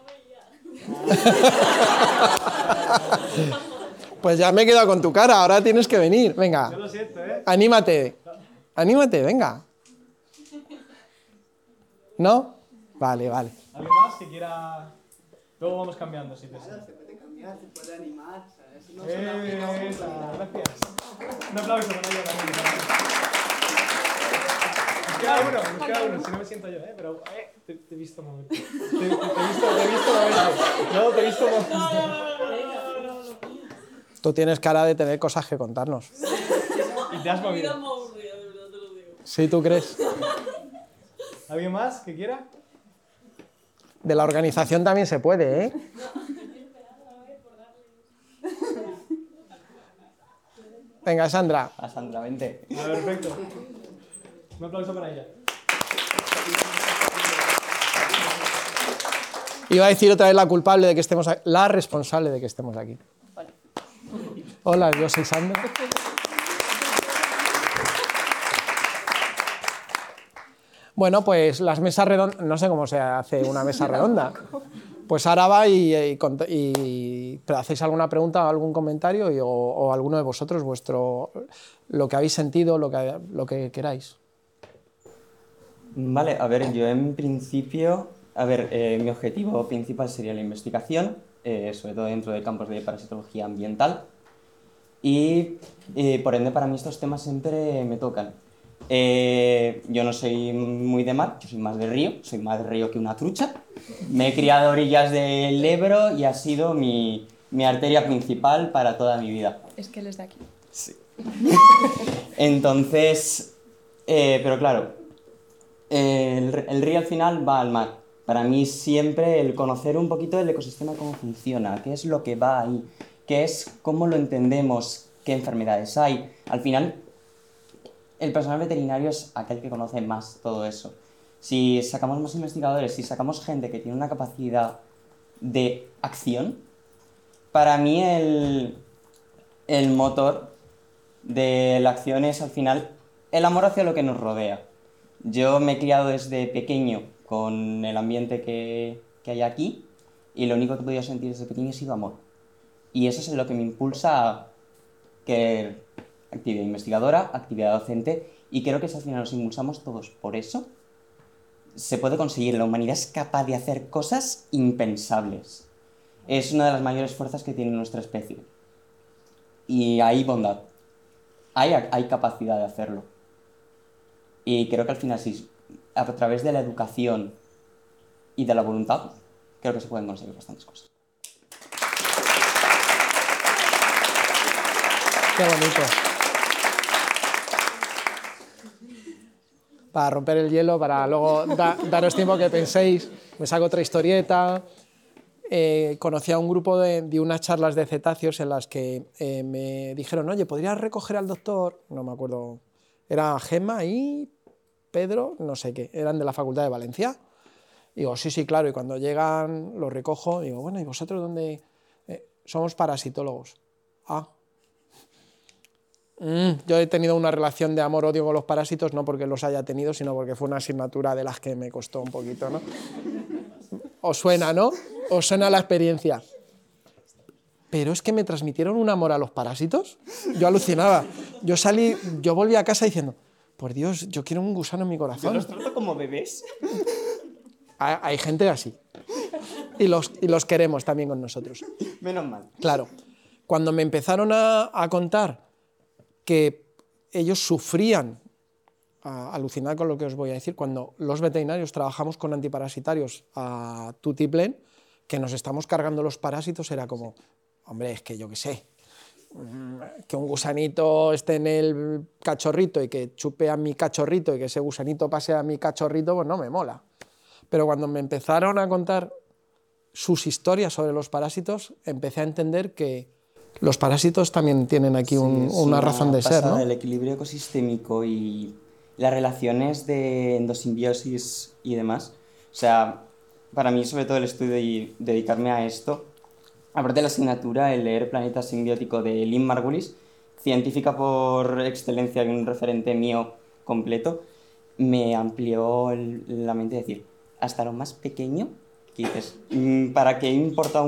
Pues ya me he quedado con tu cara, ahora tienes que venir, venga. Yo lo siento, ¿eh? Anímate, anímate, venga. ¿No? Vale, vale. ¿Alguien más que quiera...? Luego vamos cambiando, si te Claro, se puede cambiar, se puede animar, ¿sabes? No Gracias. Un aplauso para ella también. Nos queda uno, si no me siento yo, pero te he visto mover. Te he visto mover. No, te he visto mover. Tú tienes cara de tener cosas que contarnos. Y te has movido. ¿Sí, tú crees? ¿Alguien más que quiera? De la organización también se puede, ¿eh? Venga, Sandra. A Sandra, vente. Perfecto. Un aplauso para ella. Iba a decir otra vez la culpable de que estemos aquí, la responsable de que estemos aquí. Hola. Hola, yo soy Sandra. Bueno, pues las mesas redondas, no sé cómo se hace una mesa redonda. Pues ahora va y hacéis alguna pregunta o algún comentario o alguno de vosotros lo que habéis sentido, lo que queráis. Vale, a ver, yo en principio, mi objetivo principal sería la investigación, sobre todo dentro de campos de parasitología ambiental, y por ende para mí estos temas siempre me tocan. Yo no soy muy de mar, yo soy más de río que una trucha. Me he criado a orillas del Ebro y ha sido mi arteria principal para toda mi vida. Es que él es de aquí. Sí. Entonces, pero claro, el río al final va al mar. Para mí siempre el conocer un poquito del ecosistema, cómo funciona, qué es lo que va ahí, cómo lo entendemos, qué enfermedades hay. Al final, el personal veterinario es aquel que conoce más todo eso. Si sacamos más investigadores, si sacamos gente que tiene una capacidad de acción, para mí el motor de la acción es al final el amor hacia lo que nos rodea. Yo me he criado desde pequeño con el ambiente que hay aquí y lo único que he podido sentir desde pequeño ha sido amor. Y eso es lo que me impulsa a querer actividad investigadora, actividad docente, y creo que si al final nos impulsamos todos por eso, se puede conseguir. La humanidad es capaz de hacer cosas impensables. Es una de las mayores fuerzas que tiene nuestra especie. Y hay bondad. Hay capacidad de hacerlo. Y creo que al final sí, a través de la educación y de la voluntad, creo que se pueden conseguir bastantes cosas. Qué bonito. Para romper el hielo, para luego daros tiempo que penséis, me saco otra historieta. Conocí a un grupo de unas charlas de cetáceos en las que me dijeron, oye, ¿podrías recoger al doctor? No me acuerdo, era Gemma y Pedro, no sé qué, eran de la Facultad de Valencia. Digo, sí, claro, y cuando llegan los recojo, digo, bueno, ¿y vosotros dónde? Somos parasitólogos. Ah. Yo he tenido una relación de amor-odio con los parásitos, no porque los haya tenido, sino porque fue una asignatura de las que me costó un poquito, ¿no? Os suena, ¿no? Os suena la experiencia. Pero es que me transmitieron un amor a los parásitos. Yo alucinaba. Yo volví a casa diciendo, por Dios, yo quiero un gusano en mi corazón. Yo los trato como bebés. Hay gente así. Y los queremos también con nosotros. Menos mal. Claro. Cuando me empezaron a contar que ellos sufrían, alucinad con lo que os voy a decir, cuando los veterinarios trabajamos con antiparasitarios a tutiplén, que nos estamos cargando los parásitos, era como, hombre, es que yo qué sé, que un gusanito esté en el cachorrito y que chupe a mi cachorrito y que ese gusanito pase a mi cachorrito, pues no me mola. Pero cuando me empezaron a contar sus historias sobre los parásitos, empecé a entender que los parásitos también tienen aquí una razón de ser, ¿no? El equilibrio ecosistémico y las relaciones de endosimbiosis y demás. O sea, para mí, sobre todo el estudio y dedicarme a esto, aparte de la asignatura, el leer Planeta Simbiótico de Lynn Margulis, científica por excelencia y un referente mío completo, me amplió la mente de decir, hasta lo más pequeño, que dices, ¿para qué importa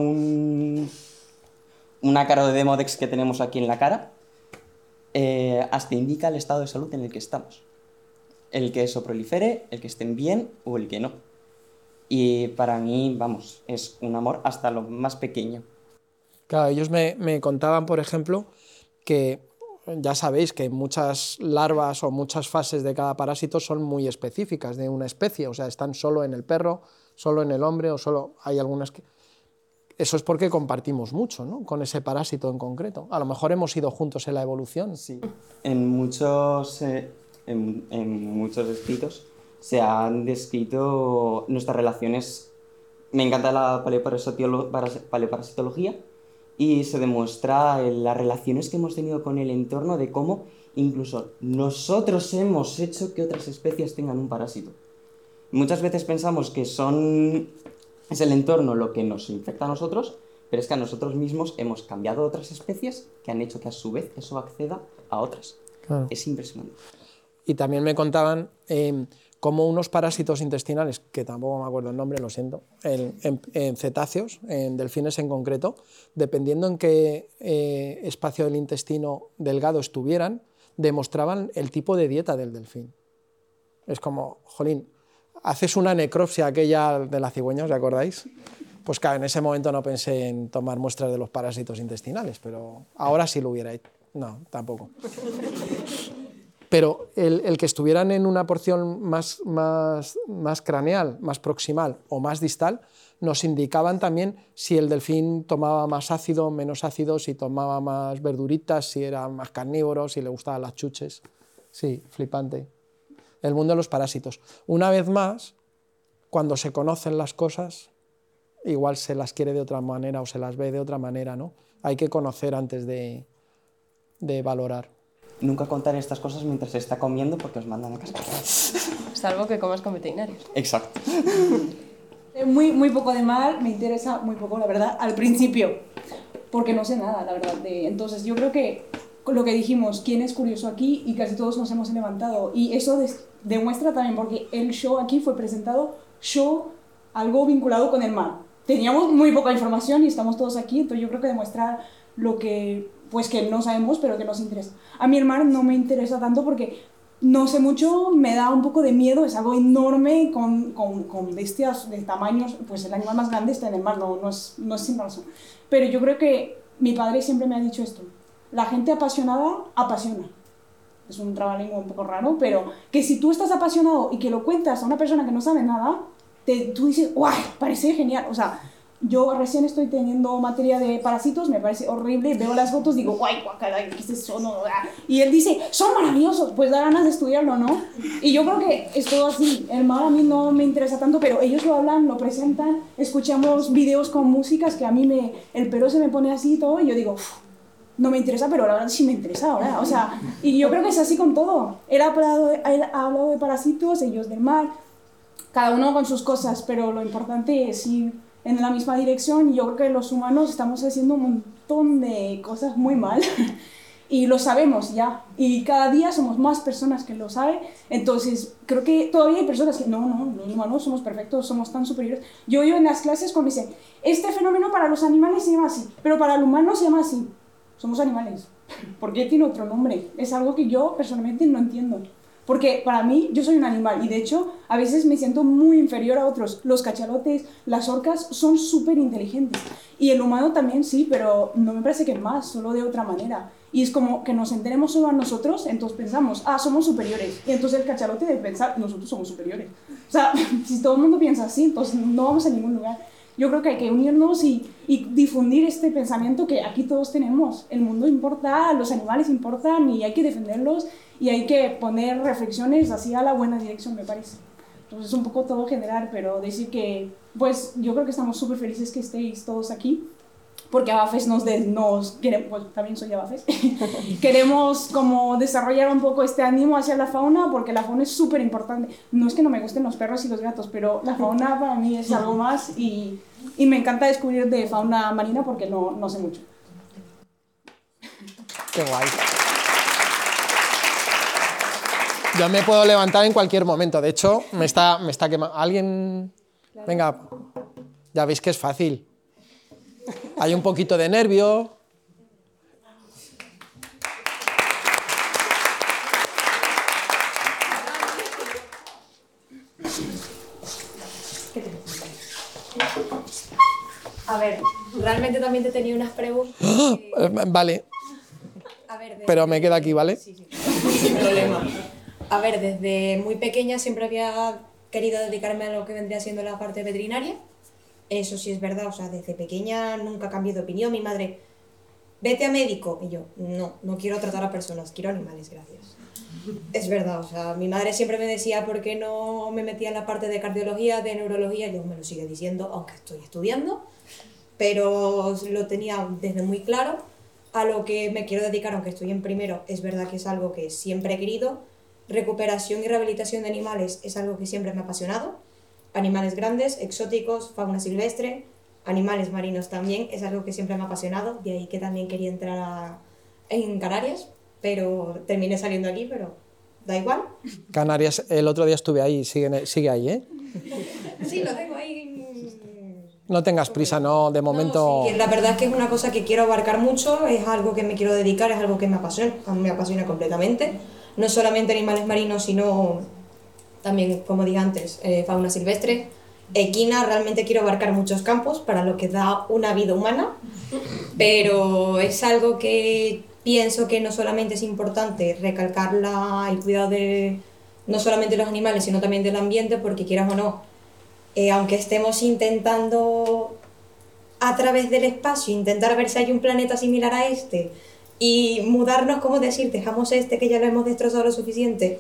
una cara de Demodex que tenemos aquí en la cara? Hasta indica el estado de salud en el que estamos. El que eso prolifere, el que estén bien o el que no. Y para mí, vamos, es un amor hasta lo más pequeño. Claro, ellos me contaban, por ejemplo, que ya sabéis que muchas larvas o muchas fases de cada parásito son muy específicas de una especie, o sea, están solo en el perro, solo en el hombre o solo hay algunas que... Eso es porque compartimos mucho, ¿no?, con ese parásito en concreto. A lo mejor hemos ido juntos en la evolución. Sí. En muchos escritos se han descrito nuestras relaciones. Me encanta la paleoparasitología y se demuestra las relaciones que hemos tenido con el entorno, de cómo incluso nosotros hemos hecho que otras especies tengan un parásito. Muchas veces pensamos que es el entorno lo que nos infecta a nosotros, pero es que a nosotros mismos hemos cambiado otras especies que han hecho que a su vez eso acceda a otras. Claro. Es impresionante. Y también me contaban cómo unos parásitos intestinales, que tampoco me acuerdo el nombre, lo siento, en cetáceos, en delfines en concreto, dependiendo en qué espacio del intestino delgado estuvieran, demostraban el tipo de dieta del delfín. Es como, jolín, haces una necropsia aquella de la cigüeña, ¿os acordáis? Pues claro, en ese momento no pensé en tomar muestras de los parásitos intestinales, pero ahora sí lo hubiera hecho. No, tampoco. Pero el que estuvieran en una porción más craneal, más proximal o más distal, nos indicaban también si el delfín tomaba más ácido, menos ácido, si tomaba más verduritas, si era más carnívoro, si le gustaban las chuches. Sí, flipante. El mundo de los parásitos. Una vez más, cuando se conocen las cosas, igual se las quiere de otra manera o se las ve de otra manera, ¿no? Hay que conocer antes de valorar. Nunca contar estas cosas mientras se está comiendo porque os mandan a casa. Salvo que comas con veterinarios. Exacto. Muy poco de mal, me interesa muy poco, la verdad, al principio, porque no sé nada, la verdad. Entonces yo creo que con lo que dijimos, ¿quién es curioso aquí? Y casi todos nos hemos levantado. Y eso demuestra también, porque el show aquí fue presentado, algo vinculado con el mar. Teníamos muy poca información y estamos todos aquí, entonces yo creo que demuestra lo que, pues que no sabemos, pero que nos interesa. A mí el mar no me interesa tanto porque no sé mucho, me da un poco de miedo, es algo enorme con bestias de tamaños, pues el animal más grande está en el mar, no es sin razón. Pero yo creo que mi padre siempre me ha dicho esto, la gente apasionada apasiona. Es un trabalengua un poco raro, pero que si tú estás apasionado y que lo cuentas a una persona que no sabe nada, tú dices, ¡guau! Parece genial. O sea, yo recién estoy teniendo materia de parásitos, me parece horrible, veo las fotos, digo, ¡guay, guacala, qué es eso! No, y él dice, son maravillosos, pues da ganas de estudiarlo, ¿no? Y yo creo que es todo así. El mar a mí no me interesa tanto, pero ellos lo hablan, lo presentan, escuchamos videos con músicas que a mí el pelo se me pone así y todo, y yo digo, no me interesa, pero la verdad sí me interesa ahora. O sea, y yo creo que es así con todo. Él ha hablado de parásitos, ellos del mar, cada uno con sus cosas, pero lo importante es ir en la misma dirección. Y yo creo que los humanos estamos haciendo un montón de cosas muy mal y lo sabemos ya. Y cada día somos más personas que lo saben. Entonces, creo que todavía hay personas que no, los humanos somos perfectos, somos tan superiores. Yo en las clases cuando me dicen, este fenómeno para los animales se llama así, pero para el humano se llama así. Somos animales. ¿Por qué tiene otro nombre? Es algo que yo personalmente no entiendo. Porque para mí, yo soy un animal y de hecho a veces me siento muy inferior a otros. Los cachalotes, las orcas son súper inteligentes. Y el humano también sí, pero no me parece que más, solo de otra manera. Y es como que nos enteremos solo a nosotros, entonces pensamos, somos superiores. Y entonces el cachalote debe pensar, nosotros somos superiores. O sea, si todo el mundo piensa así, entonces no vamos a ningún lugar. Yo creo que hay que unirnos y difundir este pensamiento que aquí todos tenemos. El mundo importa, los animales importan y hay que defenderlos y hay que poner reflexiones hacia la buena dirección, me parece. Entonces es un poco todo general, pero decir que, pues yo creo que estamos súper felices que estéis todos aquí, porque Abafes nos queremos, pues también soy de Abafes, queremos como desarrollar un poco este ánimo hacia la fauna, porque la fauna es súper importante. No es que no me gusten los perros y los gatos, pero la fauna para mí es algo más y me encanta descubrir de fauna marina porque no sé mucho. Qué guay. Yo me puedo levantar en cualquier momento, de hecho me está quemando. ¿Alguien? Venga, ya veis que es fácil. Hay un poquito de nervio. A ver, realmente también te tenía unas preguntas. Vale. A ver, pero me quedo aquí, ¿vale? Sí, sin problema. A ver, desde muy pequeña siempre había querido dedicarme a lo que vendría siendo la parte veterinaria. Eso sí es verdad, o sea, desde pequeña nunca cambié de opinión. Mi madre, vete a médico. Y yo, no quiero tratar a personas, quiero animales, gracias. Es verdad, o sea, mi madre siempre me decía por qué no me metía en la parte de cardiología, de neurología, y yo me lo sigue diciendo, aunque estoy estudiando, pero lo tenía desde muy claro. A lo que me quiero dedicar, aunque estoy en primero, es verdad que es algo que siempre he querido. Recuperación y rehabilitación de animales es algo que siempre me ha apasionado. Animales grandes, exóticos, fauna silvestre, animales marinos también, es algo que siempre me ha apasionado. De ahí que también quería entrar en Canarias, pero terminé saliendo aquí, pero da igual. Canarias, el otro día estuve ahí, sigue ahí, ¿eh? Sí, lo tengo ahí. No tengas prisa, no, de momento... No, sí, la verdad es que es una cosa que quiero abarcar mucho, es algo que me quiero dedicar, es algo que me apasiona completamente. No solamente animales marinos, sino también, como dije antes, fauna silvestre, equina. Realmente quiero abarcar muchos campos para lo que da una vida humana, pero es algo que pienso que no solamente es importante recalcar el cuidado de no solamente los animales, sino también del ambiente, porque quieras o no, aunque estemos intentando a través del espacio intentar ver si hay un planeta similar a este y mudarnos, como decir, dejamos este que ya lo hemos destrozado lo suficiente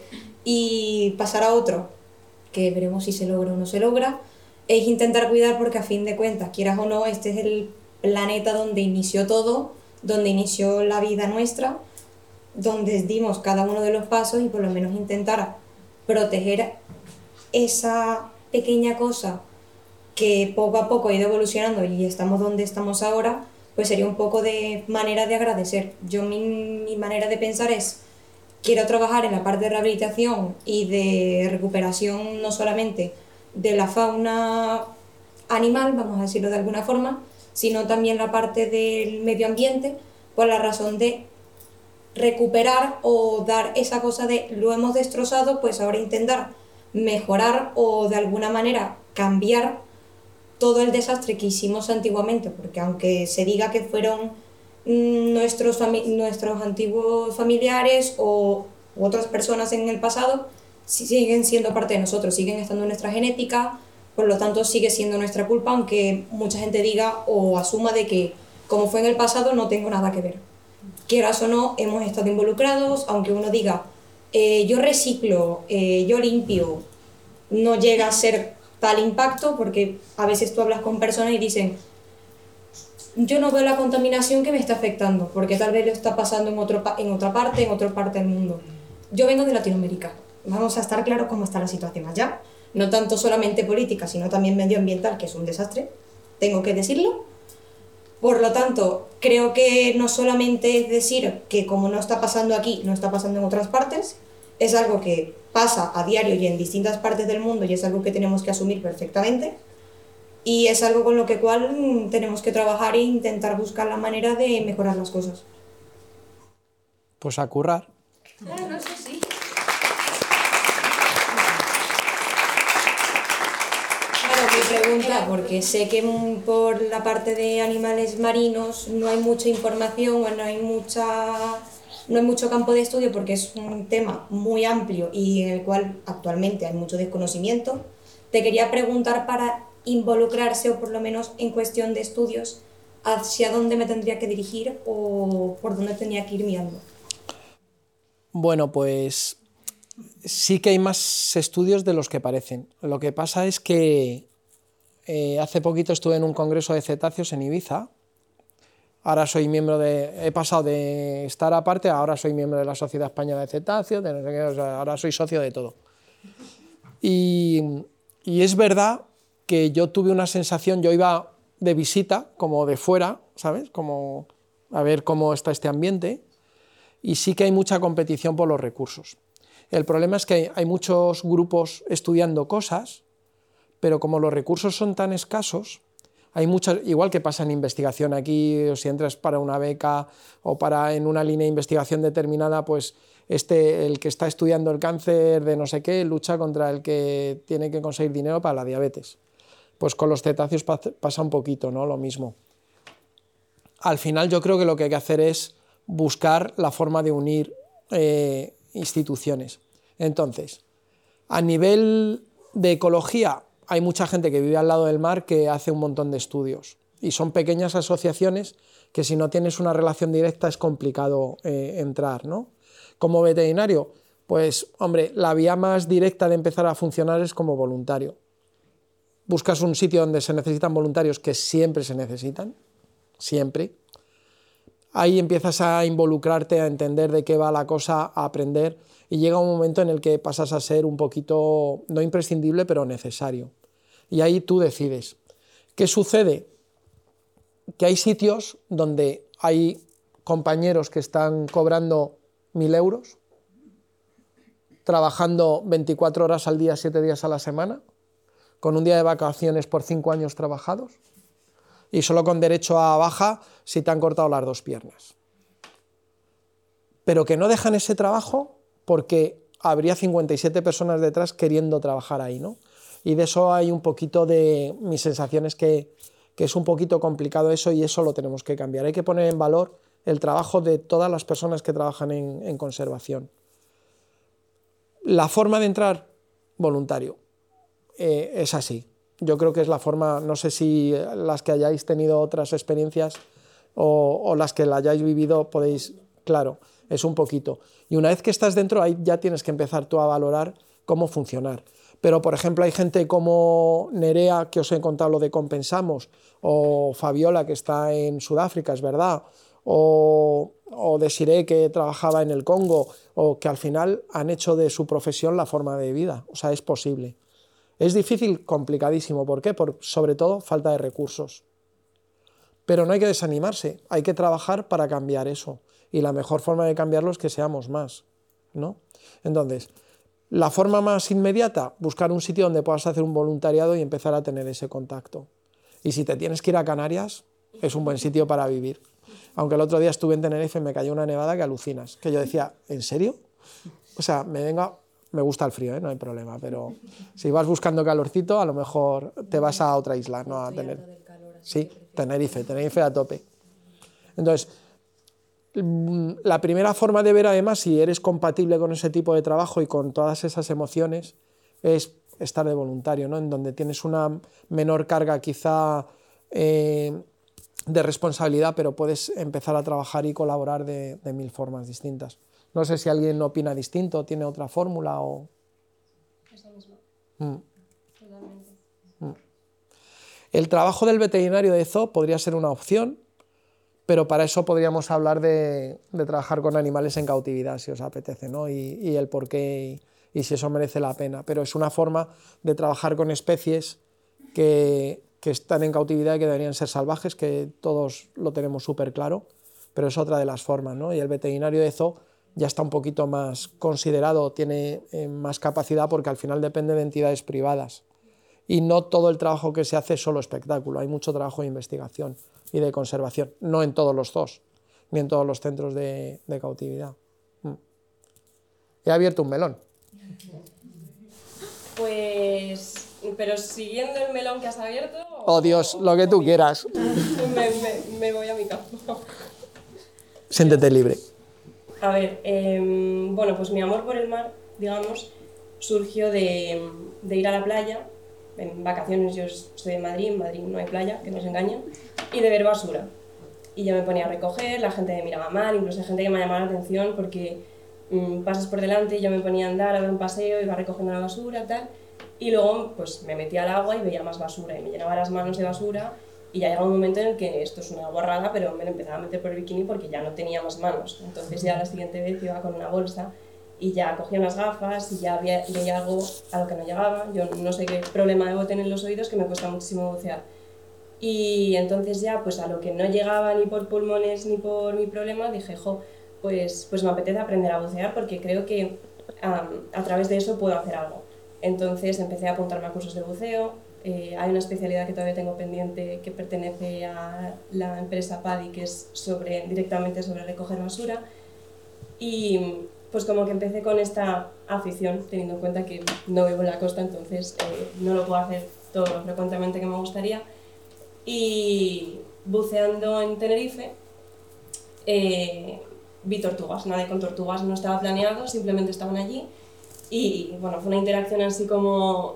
y pasar a otro, que veremos si se logra o no se logra, es intentar cuidar, porque a fin de cuentas, quieras o no, este es el planeta donde inició todo, donde inició la vida nuestra, donde dimos cada uno de los pasos, y por lo menos intentar proteger esa pequeña cosa que poco a poco ha ido evolucionando y estamos donde estamos ahora, pues sería un poco de manera de agradecer. Yo mi manera de pensar es, quiero trabajar en la parte de rehabilitación y de recuperación no solamente de la fauna animal, vamos a decirlo de alguna forma, sino también la parte del medio ambiente, por la razón de recuperar o dar esa cosa de lo hemos destrozado, pues ahora intentar mejorar o de alguna manera cambiar todo el desastre que hicimos antiguamente, porque aunque se diga que fueron nuestros antiguos familiares o otras personas en el pasado, siguen siendo parte de nosotros, siguen estando en nuestra genética, por lo tanto sigue siendo nuestra culpa, aunque mucha gente diga o asuma de que como fue en el pasado no tengo nada que ver. Quieras o no, hemos estado involucrados, aunque uno diga yo reciclo, yo limpio, no llega a ser tal impacto, porque a veces tú hablas con personas y dicen yo no veo la contaminación que me está afectando, porque tal vez lo está pasando en otra parte del mundo. Yo vengo de Latinoamérica, vamos a estar claros cómo está la situación allá, no tanto solamente política, sino también medioambiental, que es un desastre, tengo que decirlo. Por lo tanto, creo que no solamente es decir que como no está pasando aquí, no está pasando en otras partes, es algo que pasa a diario y en distintas partes del mundo y es algo que tenemos que asumir perfectamente y es algo con lo que cual tenemos que trabajar e intentar buscar la manera de mejorar las cosas. Pues a currar. Claro, no sé, sí. Mi pregunta, porque sé que por la parte de animales marinos no hay mucha información o no hay mucho campo de estudio porque es un tema muy amplio y en el cual actualmente hay mucho desconocimiento. Te quería preguntar para involucrarse o por lo menos en cuestión de estudios, ¿hacia dónde me tendría que dirigir o por dónde tenía que ir mirando? Bueno, pues sí que hay más estudios de los que parecen. Lo que pasa es que hace poquito estuve en un congreso de cetáceos en Ibiza. Ahora soy miembro he pasado de estar aparte, ahora soy miembro de la Sociedad Española de Cetáceos, de no sé qué, o sea, ahora soy socio de todo. Y es verdad que yo tuve una sensación, yo iba de visita, como de fuera, ¿sabes? Como a ver cómo está este ambiente, y sí que hay mucha competición por los recursos. El problema es que hay muchos grupos estudiando cosas, pero como los recursos son tan escasos, hay muchas, igual que pasa en investigación aquí, o si entras para una beca o en una línea de investigación determinada, pues el que está estudiando el cáncer de no sé qué lucha contra el que tiene que conseguir dinero para la diabetes. Pues con los cetáceos pasa un poquito, ¿no? Lo mismo. Al final yo creo que lo que hay que hacer es buscar la forma de unir instituciones. Entonces, a nivel de ecología, hay mucha gente que vive al lado del mar que hace un montón de estudios y son pequeñas asociaciones que si no tienes una relación directa es complicado entrar, ¿no? Como veterinario, pues hombre, la vía más directa de empezar a funcionar es como voluntario. Buscas un sitio donde se necesitan voluntarios, que siempre se necesitan, siempre. Ahí empiezas a involucrarte, a entender de qué va la cosa, a aprender y llega un momento en el que pasas a ser un poquito, no imprescindible, pero necesario. Y ahí tú decides. ¿Qué sucede? Que hay sitios donde hay compañeros que están cobrando 1.000 euros, trabajando 24 horas al día, 7 días a la semana, con un día de vacaciones por 5 años trabajados, y solo con derecho a baja si te han cortado las 2 piernas. Pero que no dejan ese trabajo porque habría 57 personas detrás queriendo trabajar ahí, ¿no? Y de eso hay un poquito de... Mi sensación es que es un poquito complicado eso y eso lo tenemos que cambiar. Hay que poner en valor el trabajo de todas las personas que trabajan en conservación. La forma de entrar, voluntario, es así. Yo creo que es la forma, no sé si las que hayáis tenido otras experiencias o las que la hayáis vivido podéis, claro, es un poquito. Y una vez que estás dentro, ahí ya tienes que empezar tú a valorar cómo funcionar. Pero, por ejemplo, hay gente como Nerea, que os he contado lo de Compensamos, o Fabiola, que está en Sudáfrica, es verdad, o Desiree, que trabajaba en el Congo, o que al final han hecho de su profesión la forma de vida. O sea, es posible. Es difícil, complicadísimo. ¿Por qué? Por, sobre todo, falta de recursos. Pero no hay que desanimarse, hay que trabajar para cambiar eso. Y la mejor forma de cambiarlo es que seamos más, ¿no? Entonces, la forma más inmediata, buscar un sitio donde puedas hacer un voluntariado y empezar a tener ese contacto. Y si te tienes que ir a Canarias, es un buen sitio para vivir. Aunque el otro día estuve en Tenerife y me cayó una nevada que alucinas. Que yo decía, ¿en serio? O sea, me gusta el frío, no hay problema, pero si vas buscando calorcito, a lo mejor te vas a otra isla, no a Tenerife. Sí, Tenerife a tope. Entonces, la primera forma de ver, además, si eres compatible con ese tipo de trabajo y con todas esas emociones, es estar de voluntario, ¿no? En donde tienes una menor carga quizá de responsabilidad, pero puedes empezar a trabajar y colaborar de 1000 formas distintas. No sé si alguien opina distinto, tiene otra fórmula o... Eso mismo. Totalmente. El trabajo del veterinario de zoo podría ser una opción, pero para eso podríamos hablar de trabajar con animales en cautividad, si os apetece, ¿no? Y el por qué y si eso merece la pena. Pero es una forma de trabajar con especies que están en cautividad y que deberían ser salvajes, que todos lo tenemos súper claro, pero es otra de las formas, ¿no? Y el veterinario de zoo ya está un poquito más considerado, tiene más capacidad porque al final depende de entidades privadas. Y no todo el trabajo que se hace es solo espectáculo, hay mucho trabajo de investigación y de conservación, no en todos los zoos, ni en todos los centros de cautividad. He abierto un melón. Pues, pero siguiendo el melón que has abierto... Oh Dios, lo que tú quieras. Me voy a mi campo. Siéntete libre. A ver, bueno, pues mi amor por el mar, digamos, surgió de ir a la playa. En vacaciones, yo estoy en Madrid no hay playa, que no se engañen, y de ver basura. Y yo me ponía a recoger, la gente me miraba mal, incluso hay gente que me llamaba la atención porque pasas por delante y yo me ponía a andar, a dar un paseo, iba recogiendo la basura, tal, y luego pues me metía al agua y veía más basura, y me llenaba las manos de basura, y ya llegaba un momento en el que esto es una guarrada, pero me lo empezaba a meter por el bikini porque ya no tenía más manos. Entonces ya la siguiente vez iba con una bolsa y ya cogía unas gafas y ya veía algo a lo que no llegaba. Yo no sé qué problema debo tener en los oídos, que me cuesta muchísimo bucear. Y entonces ya, pues a lo que no llegaba ni por pulmones ni por mi problema, dije, pues me apetece aprender a bucear porque creo que a través de eso puedo hacer algo. Entonces empecé a apuntarme a cursos de buceo. Hay una especialidad que todavía tengo pendiente que pertenece a la empresa PADI, que es directamente sobre recoger basura. Y pues como que empecé con esta afición, teniendo en cuenta que no vivo en la costa, entonces no lo puedo hacer todo lo frecuentemente que me gustaría. Y buceando en Tenerife, vi tortugas. Nadie con tortugas no estaba planeado, simplemente estaban allí. Y bueno, fue una interacción así como,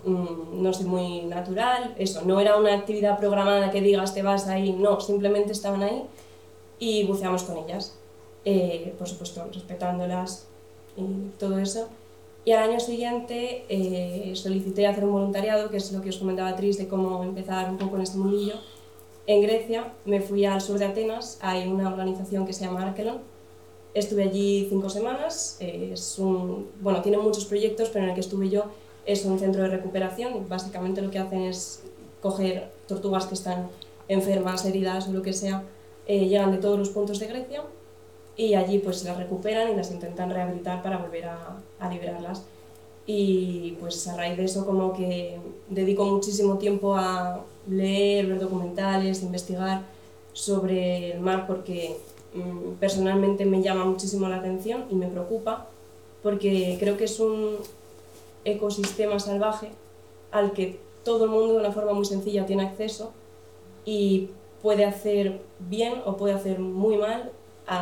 no sé, muy natural. Eso, no era una actividad programada que digas te vas ahí, no, simplemente estaban ahí y buceamos con ellas. Por supuesto, respetándolas y todo eso. Y al año siguiente solicité hacer un voluntariado, que es lo que os comentaba Tris, de cómo empezar un poco en este mundillo. En Grecia me fui al sur de Atenas, hay una organización que se llama Arkelon. Estuve allí 5 semanas, tiene muchos proyectos, pero en el que estuve yo es un centro de recuperación. Básicamente lo que hacen es coger tortugas que están enfermas, heridas o lo que sea, llegan de todos los puntos de Grecia y allí pues las recuperan y las intentan rehabilitar para volver a liberarlas. Y pues a raíz de eso como que dedico muchísimo tiempo a leer, ver documentales, investigar sobre el mar porque personalmente me llama muchísimo la atención y me preocupa porque creo que es un ecosistema salvaje al que todo el mundo de una forma muy sencilla tiene acceso y puede hacer bien o puede hacer muy mal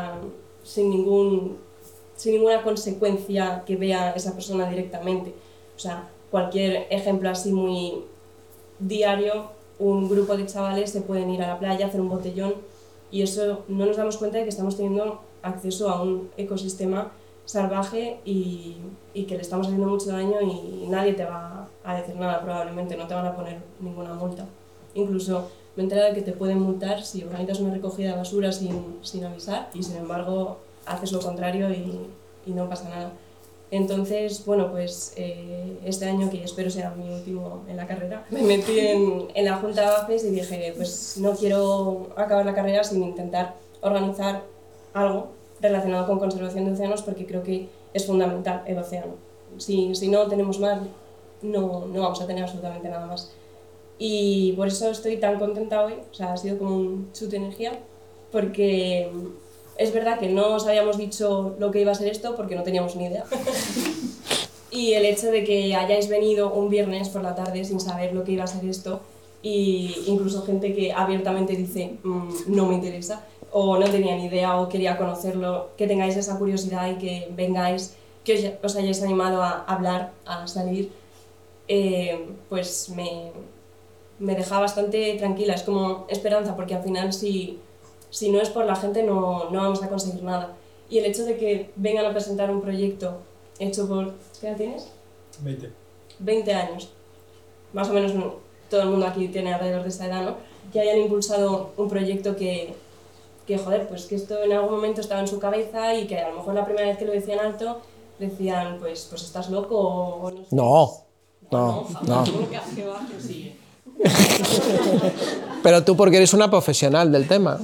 sin ninguna consecuencia que vea esa persona directamente. O sea, cualquier ejemplo así muy diario, un grupo de chavales se pueden ir a la playa, hacer un botellón y eso no nos damos cuenta de que estamos teniendo acceso a un ecosistema salvaje y que le estamos haciendo mucho daño y nadie te va a decir nada, probablemente no te van a poner ninguna multa. Incluso me he enterado de que te pueden multar si organizas una recogida de basura sin avisar y sin embargo haces lo contrario y no pasa nada. Entonces, bueno, pues este año, que espero sea mi último en la carrera, me metí en la Junta de AFES y dije, pues no quiero acabar la carrera sin intentar organizar algo relacionado con conservación de océanos porque creo que es fundamental el océano. Si no tenemos mar, no vamos a tener absolutamente nada más. Y por eso estoy tan contenta hoy, o sea, ha sido como un chute de energía porque es verdad que no os habíamos dicho lo que iba a ser esto porque no teníamos ni idea. Y el hecho de que hayáis venido un viernes por la tarde sin saber lo que iba a ser esto, y incluso gente que abiertamente dice no me interesa, o no tenía ni idea o quería conocerlo, que tengáis esa curiosidad y que vengáis, que os hayáis animado a hablar, a salir, pues me deja bastante tranquila, es como esperanza, porque al final si no es por la gente no vamos a conseguir nada. Y el hecho de que vengan a presentar un proyecto hecho por... ¿Qué edad tienes? 20 años. Más o menos todo el mundo aquí tiene alrededor de esa edad, ¿no? Que hayan impulsado un proyecto que joder, pues que esto en algún momento estaba en su cabeza y que a lo mejor la primera vez que lo decían alto decían, pues estás loco o no sé. No. ¿Qué va? Que sigue. Pero tú porque eres una profesional del tema.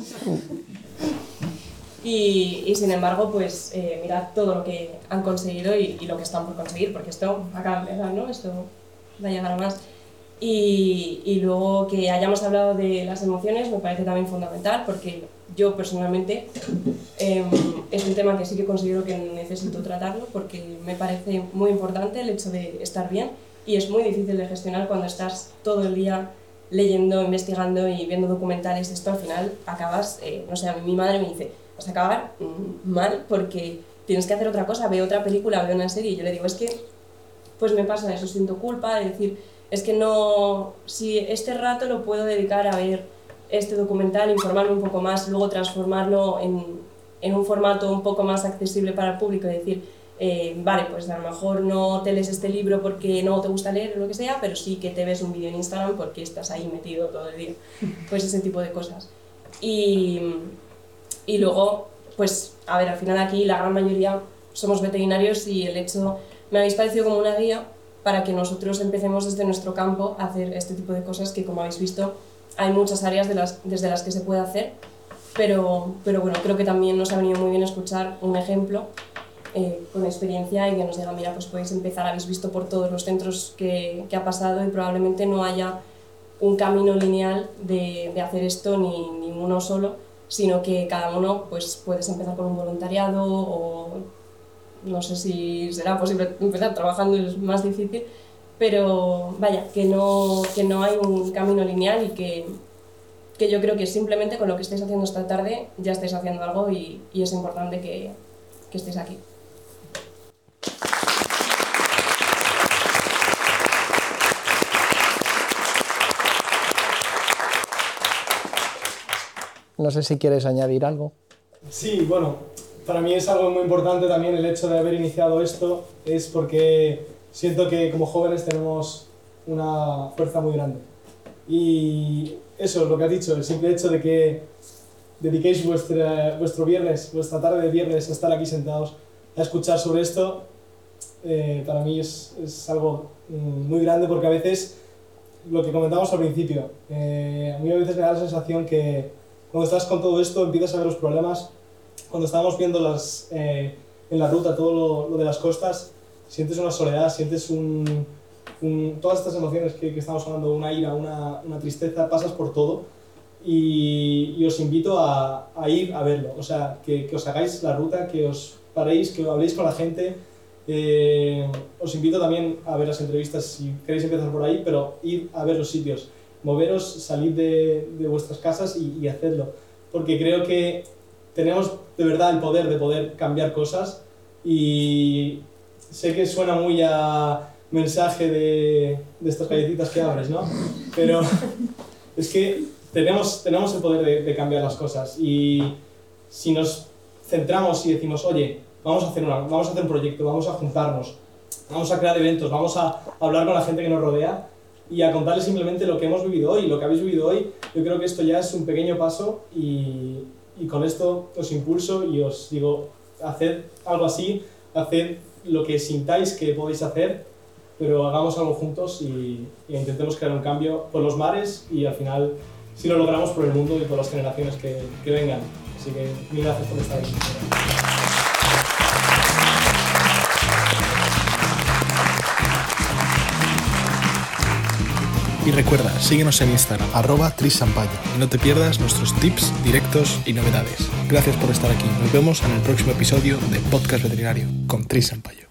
Y sin embargo, pues mirad todo lo que han conseguido y lo que están por conseguir, porque esto acaba de empezar, ¿no? Esto va a llegar a más. Y luego que hayamos hablado de las emociones me parece también fundamental, porque yo personalmente es un tema que sí que considero que necesito tratarlo, porque me parece muy importante el hecho de estar bien, y es muy difícil de gestionar cuando estás todo el día leyendo, investigando y viendo documentales. Esto al final acabas, no sé, a mí mi madre me dice, vas a acabar mal porque tienes que hacer otra cosa, veo otra película, veo una serie, y yo le digo, es que pues me pasa eso, siento culpa de decir, es que no, si este rato lo puedo dedicar a ver este documental, informarme un poco más, luego transformarlo en un formato un poco más accesible para el público, y decir, vale, pues a lo mejor no te lees este libro porque no te gusta leer o lo que sea, pero sí que te ves un vídeo en Instagram porque estás ahí metido todo el día, pues ese tipo de cosas. Y luego, pues a ver, al final aquí la gran mayoría somos veterinarios, y el hecho, me habéis parecido como una guía para que nosotros empecemos desde nuestro campo a hacer este tipo de cosas, que como habéis visto hay muchas áreas desde las que se puede hacer, pero bueno, creo que también nos ha venido muy bien escuchar un ejemplo con experiencia y que nos diga, mira, pues podéis empezar, habéis visto por todos los centros que ha pasado y probablemente no haya un camino lineal de hacer esto ni uno solo, sino que cada uno pues puedes empezar con un voluntariado, o no sé si será posible empezar trabajando, es más difícil, pero vaya, que no hay un camino lineal, y que yo creo que simplemente con lo que estáis haciendo esta tarde ya estáis haciendo algo, y es importante que estéis aquí. No sé si quieres añadir algo. Sí, bueno, para mí es algo muy importante también el hecho de haber iniciado esto, es porque siento que como jóvenes tenemos una fuerza muy grande. Y eso, lo que has dicho, el simple hecho de que dediquéis vuestro viernes, vuestra tarde de viernes a estar aquí sentados a escuchar sobre esto, para mí es algo muy grande, porque a veces, lo que comentamos al principio, a mí a veces me da la sensación que cuando estás con todo esto empiezas a ver los problemas. Cuando estábamos viendo en la ruta todo lo de las costas, sientes una soledad, sientes todas estas emociones que estamos hablando, una ira, una tristeza, pasas por todo, y os invito a ir a verlo, o sea, que os hagáis la ruta, que os paréis, que habléis con la gente. Os invito también a ver las entrevistas si queréis empezar por ahí, pero ir a ver los sitios, moveros, salir de vuestras casas y hacedlo, porque creo que tenemos de verdad el poder de poder cambiar cosas. Y sé que suena muy a mensaje de estas galletitas que abres, ¿no? Pero es que tenemos el poder de cambiar las cosas, y si nos centramos y decimos, oye, vamos a hacer un proyecto, vamos a juntarnos, vamos a crear eventos, vamos a hablar con la gente que nos rodea y a contarles simplemente lo que hemos vivido hoy, lo que habéis vivido hoy, yo creo que esto ya es un pequeño paso, y con esto os impulso y os digo, haced algo así, haced lo que sintáis que podéis hacer, pero hagamos algo juntos y intentemos crear un cambio por los mares, y al final, si lo logramos, por el mundo y por las generaciones que vengan. Así que mil gracias por estar aquí. Y recuerda, síguenos en Instagram, @trisampayo, y no te pierdas nuestros tips, directos y novedades. Gracias por estar aquí. Nos vemos en el próximo episodio de Podcast Veterinario con Tris Sampayo.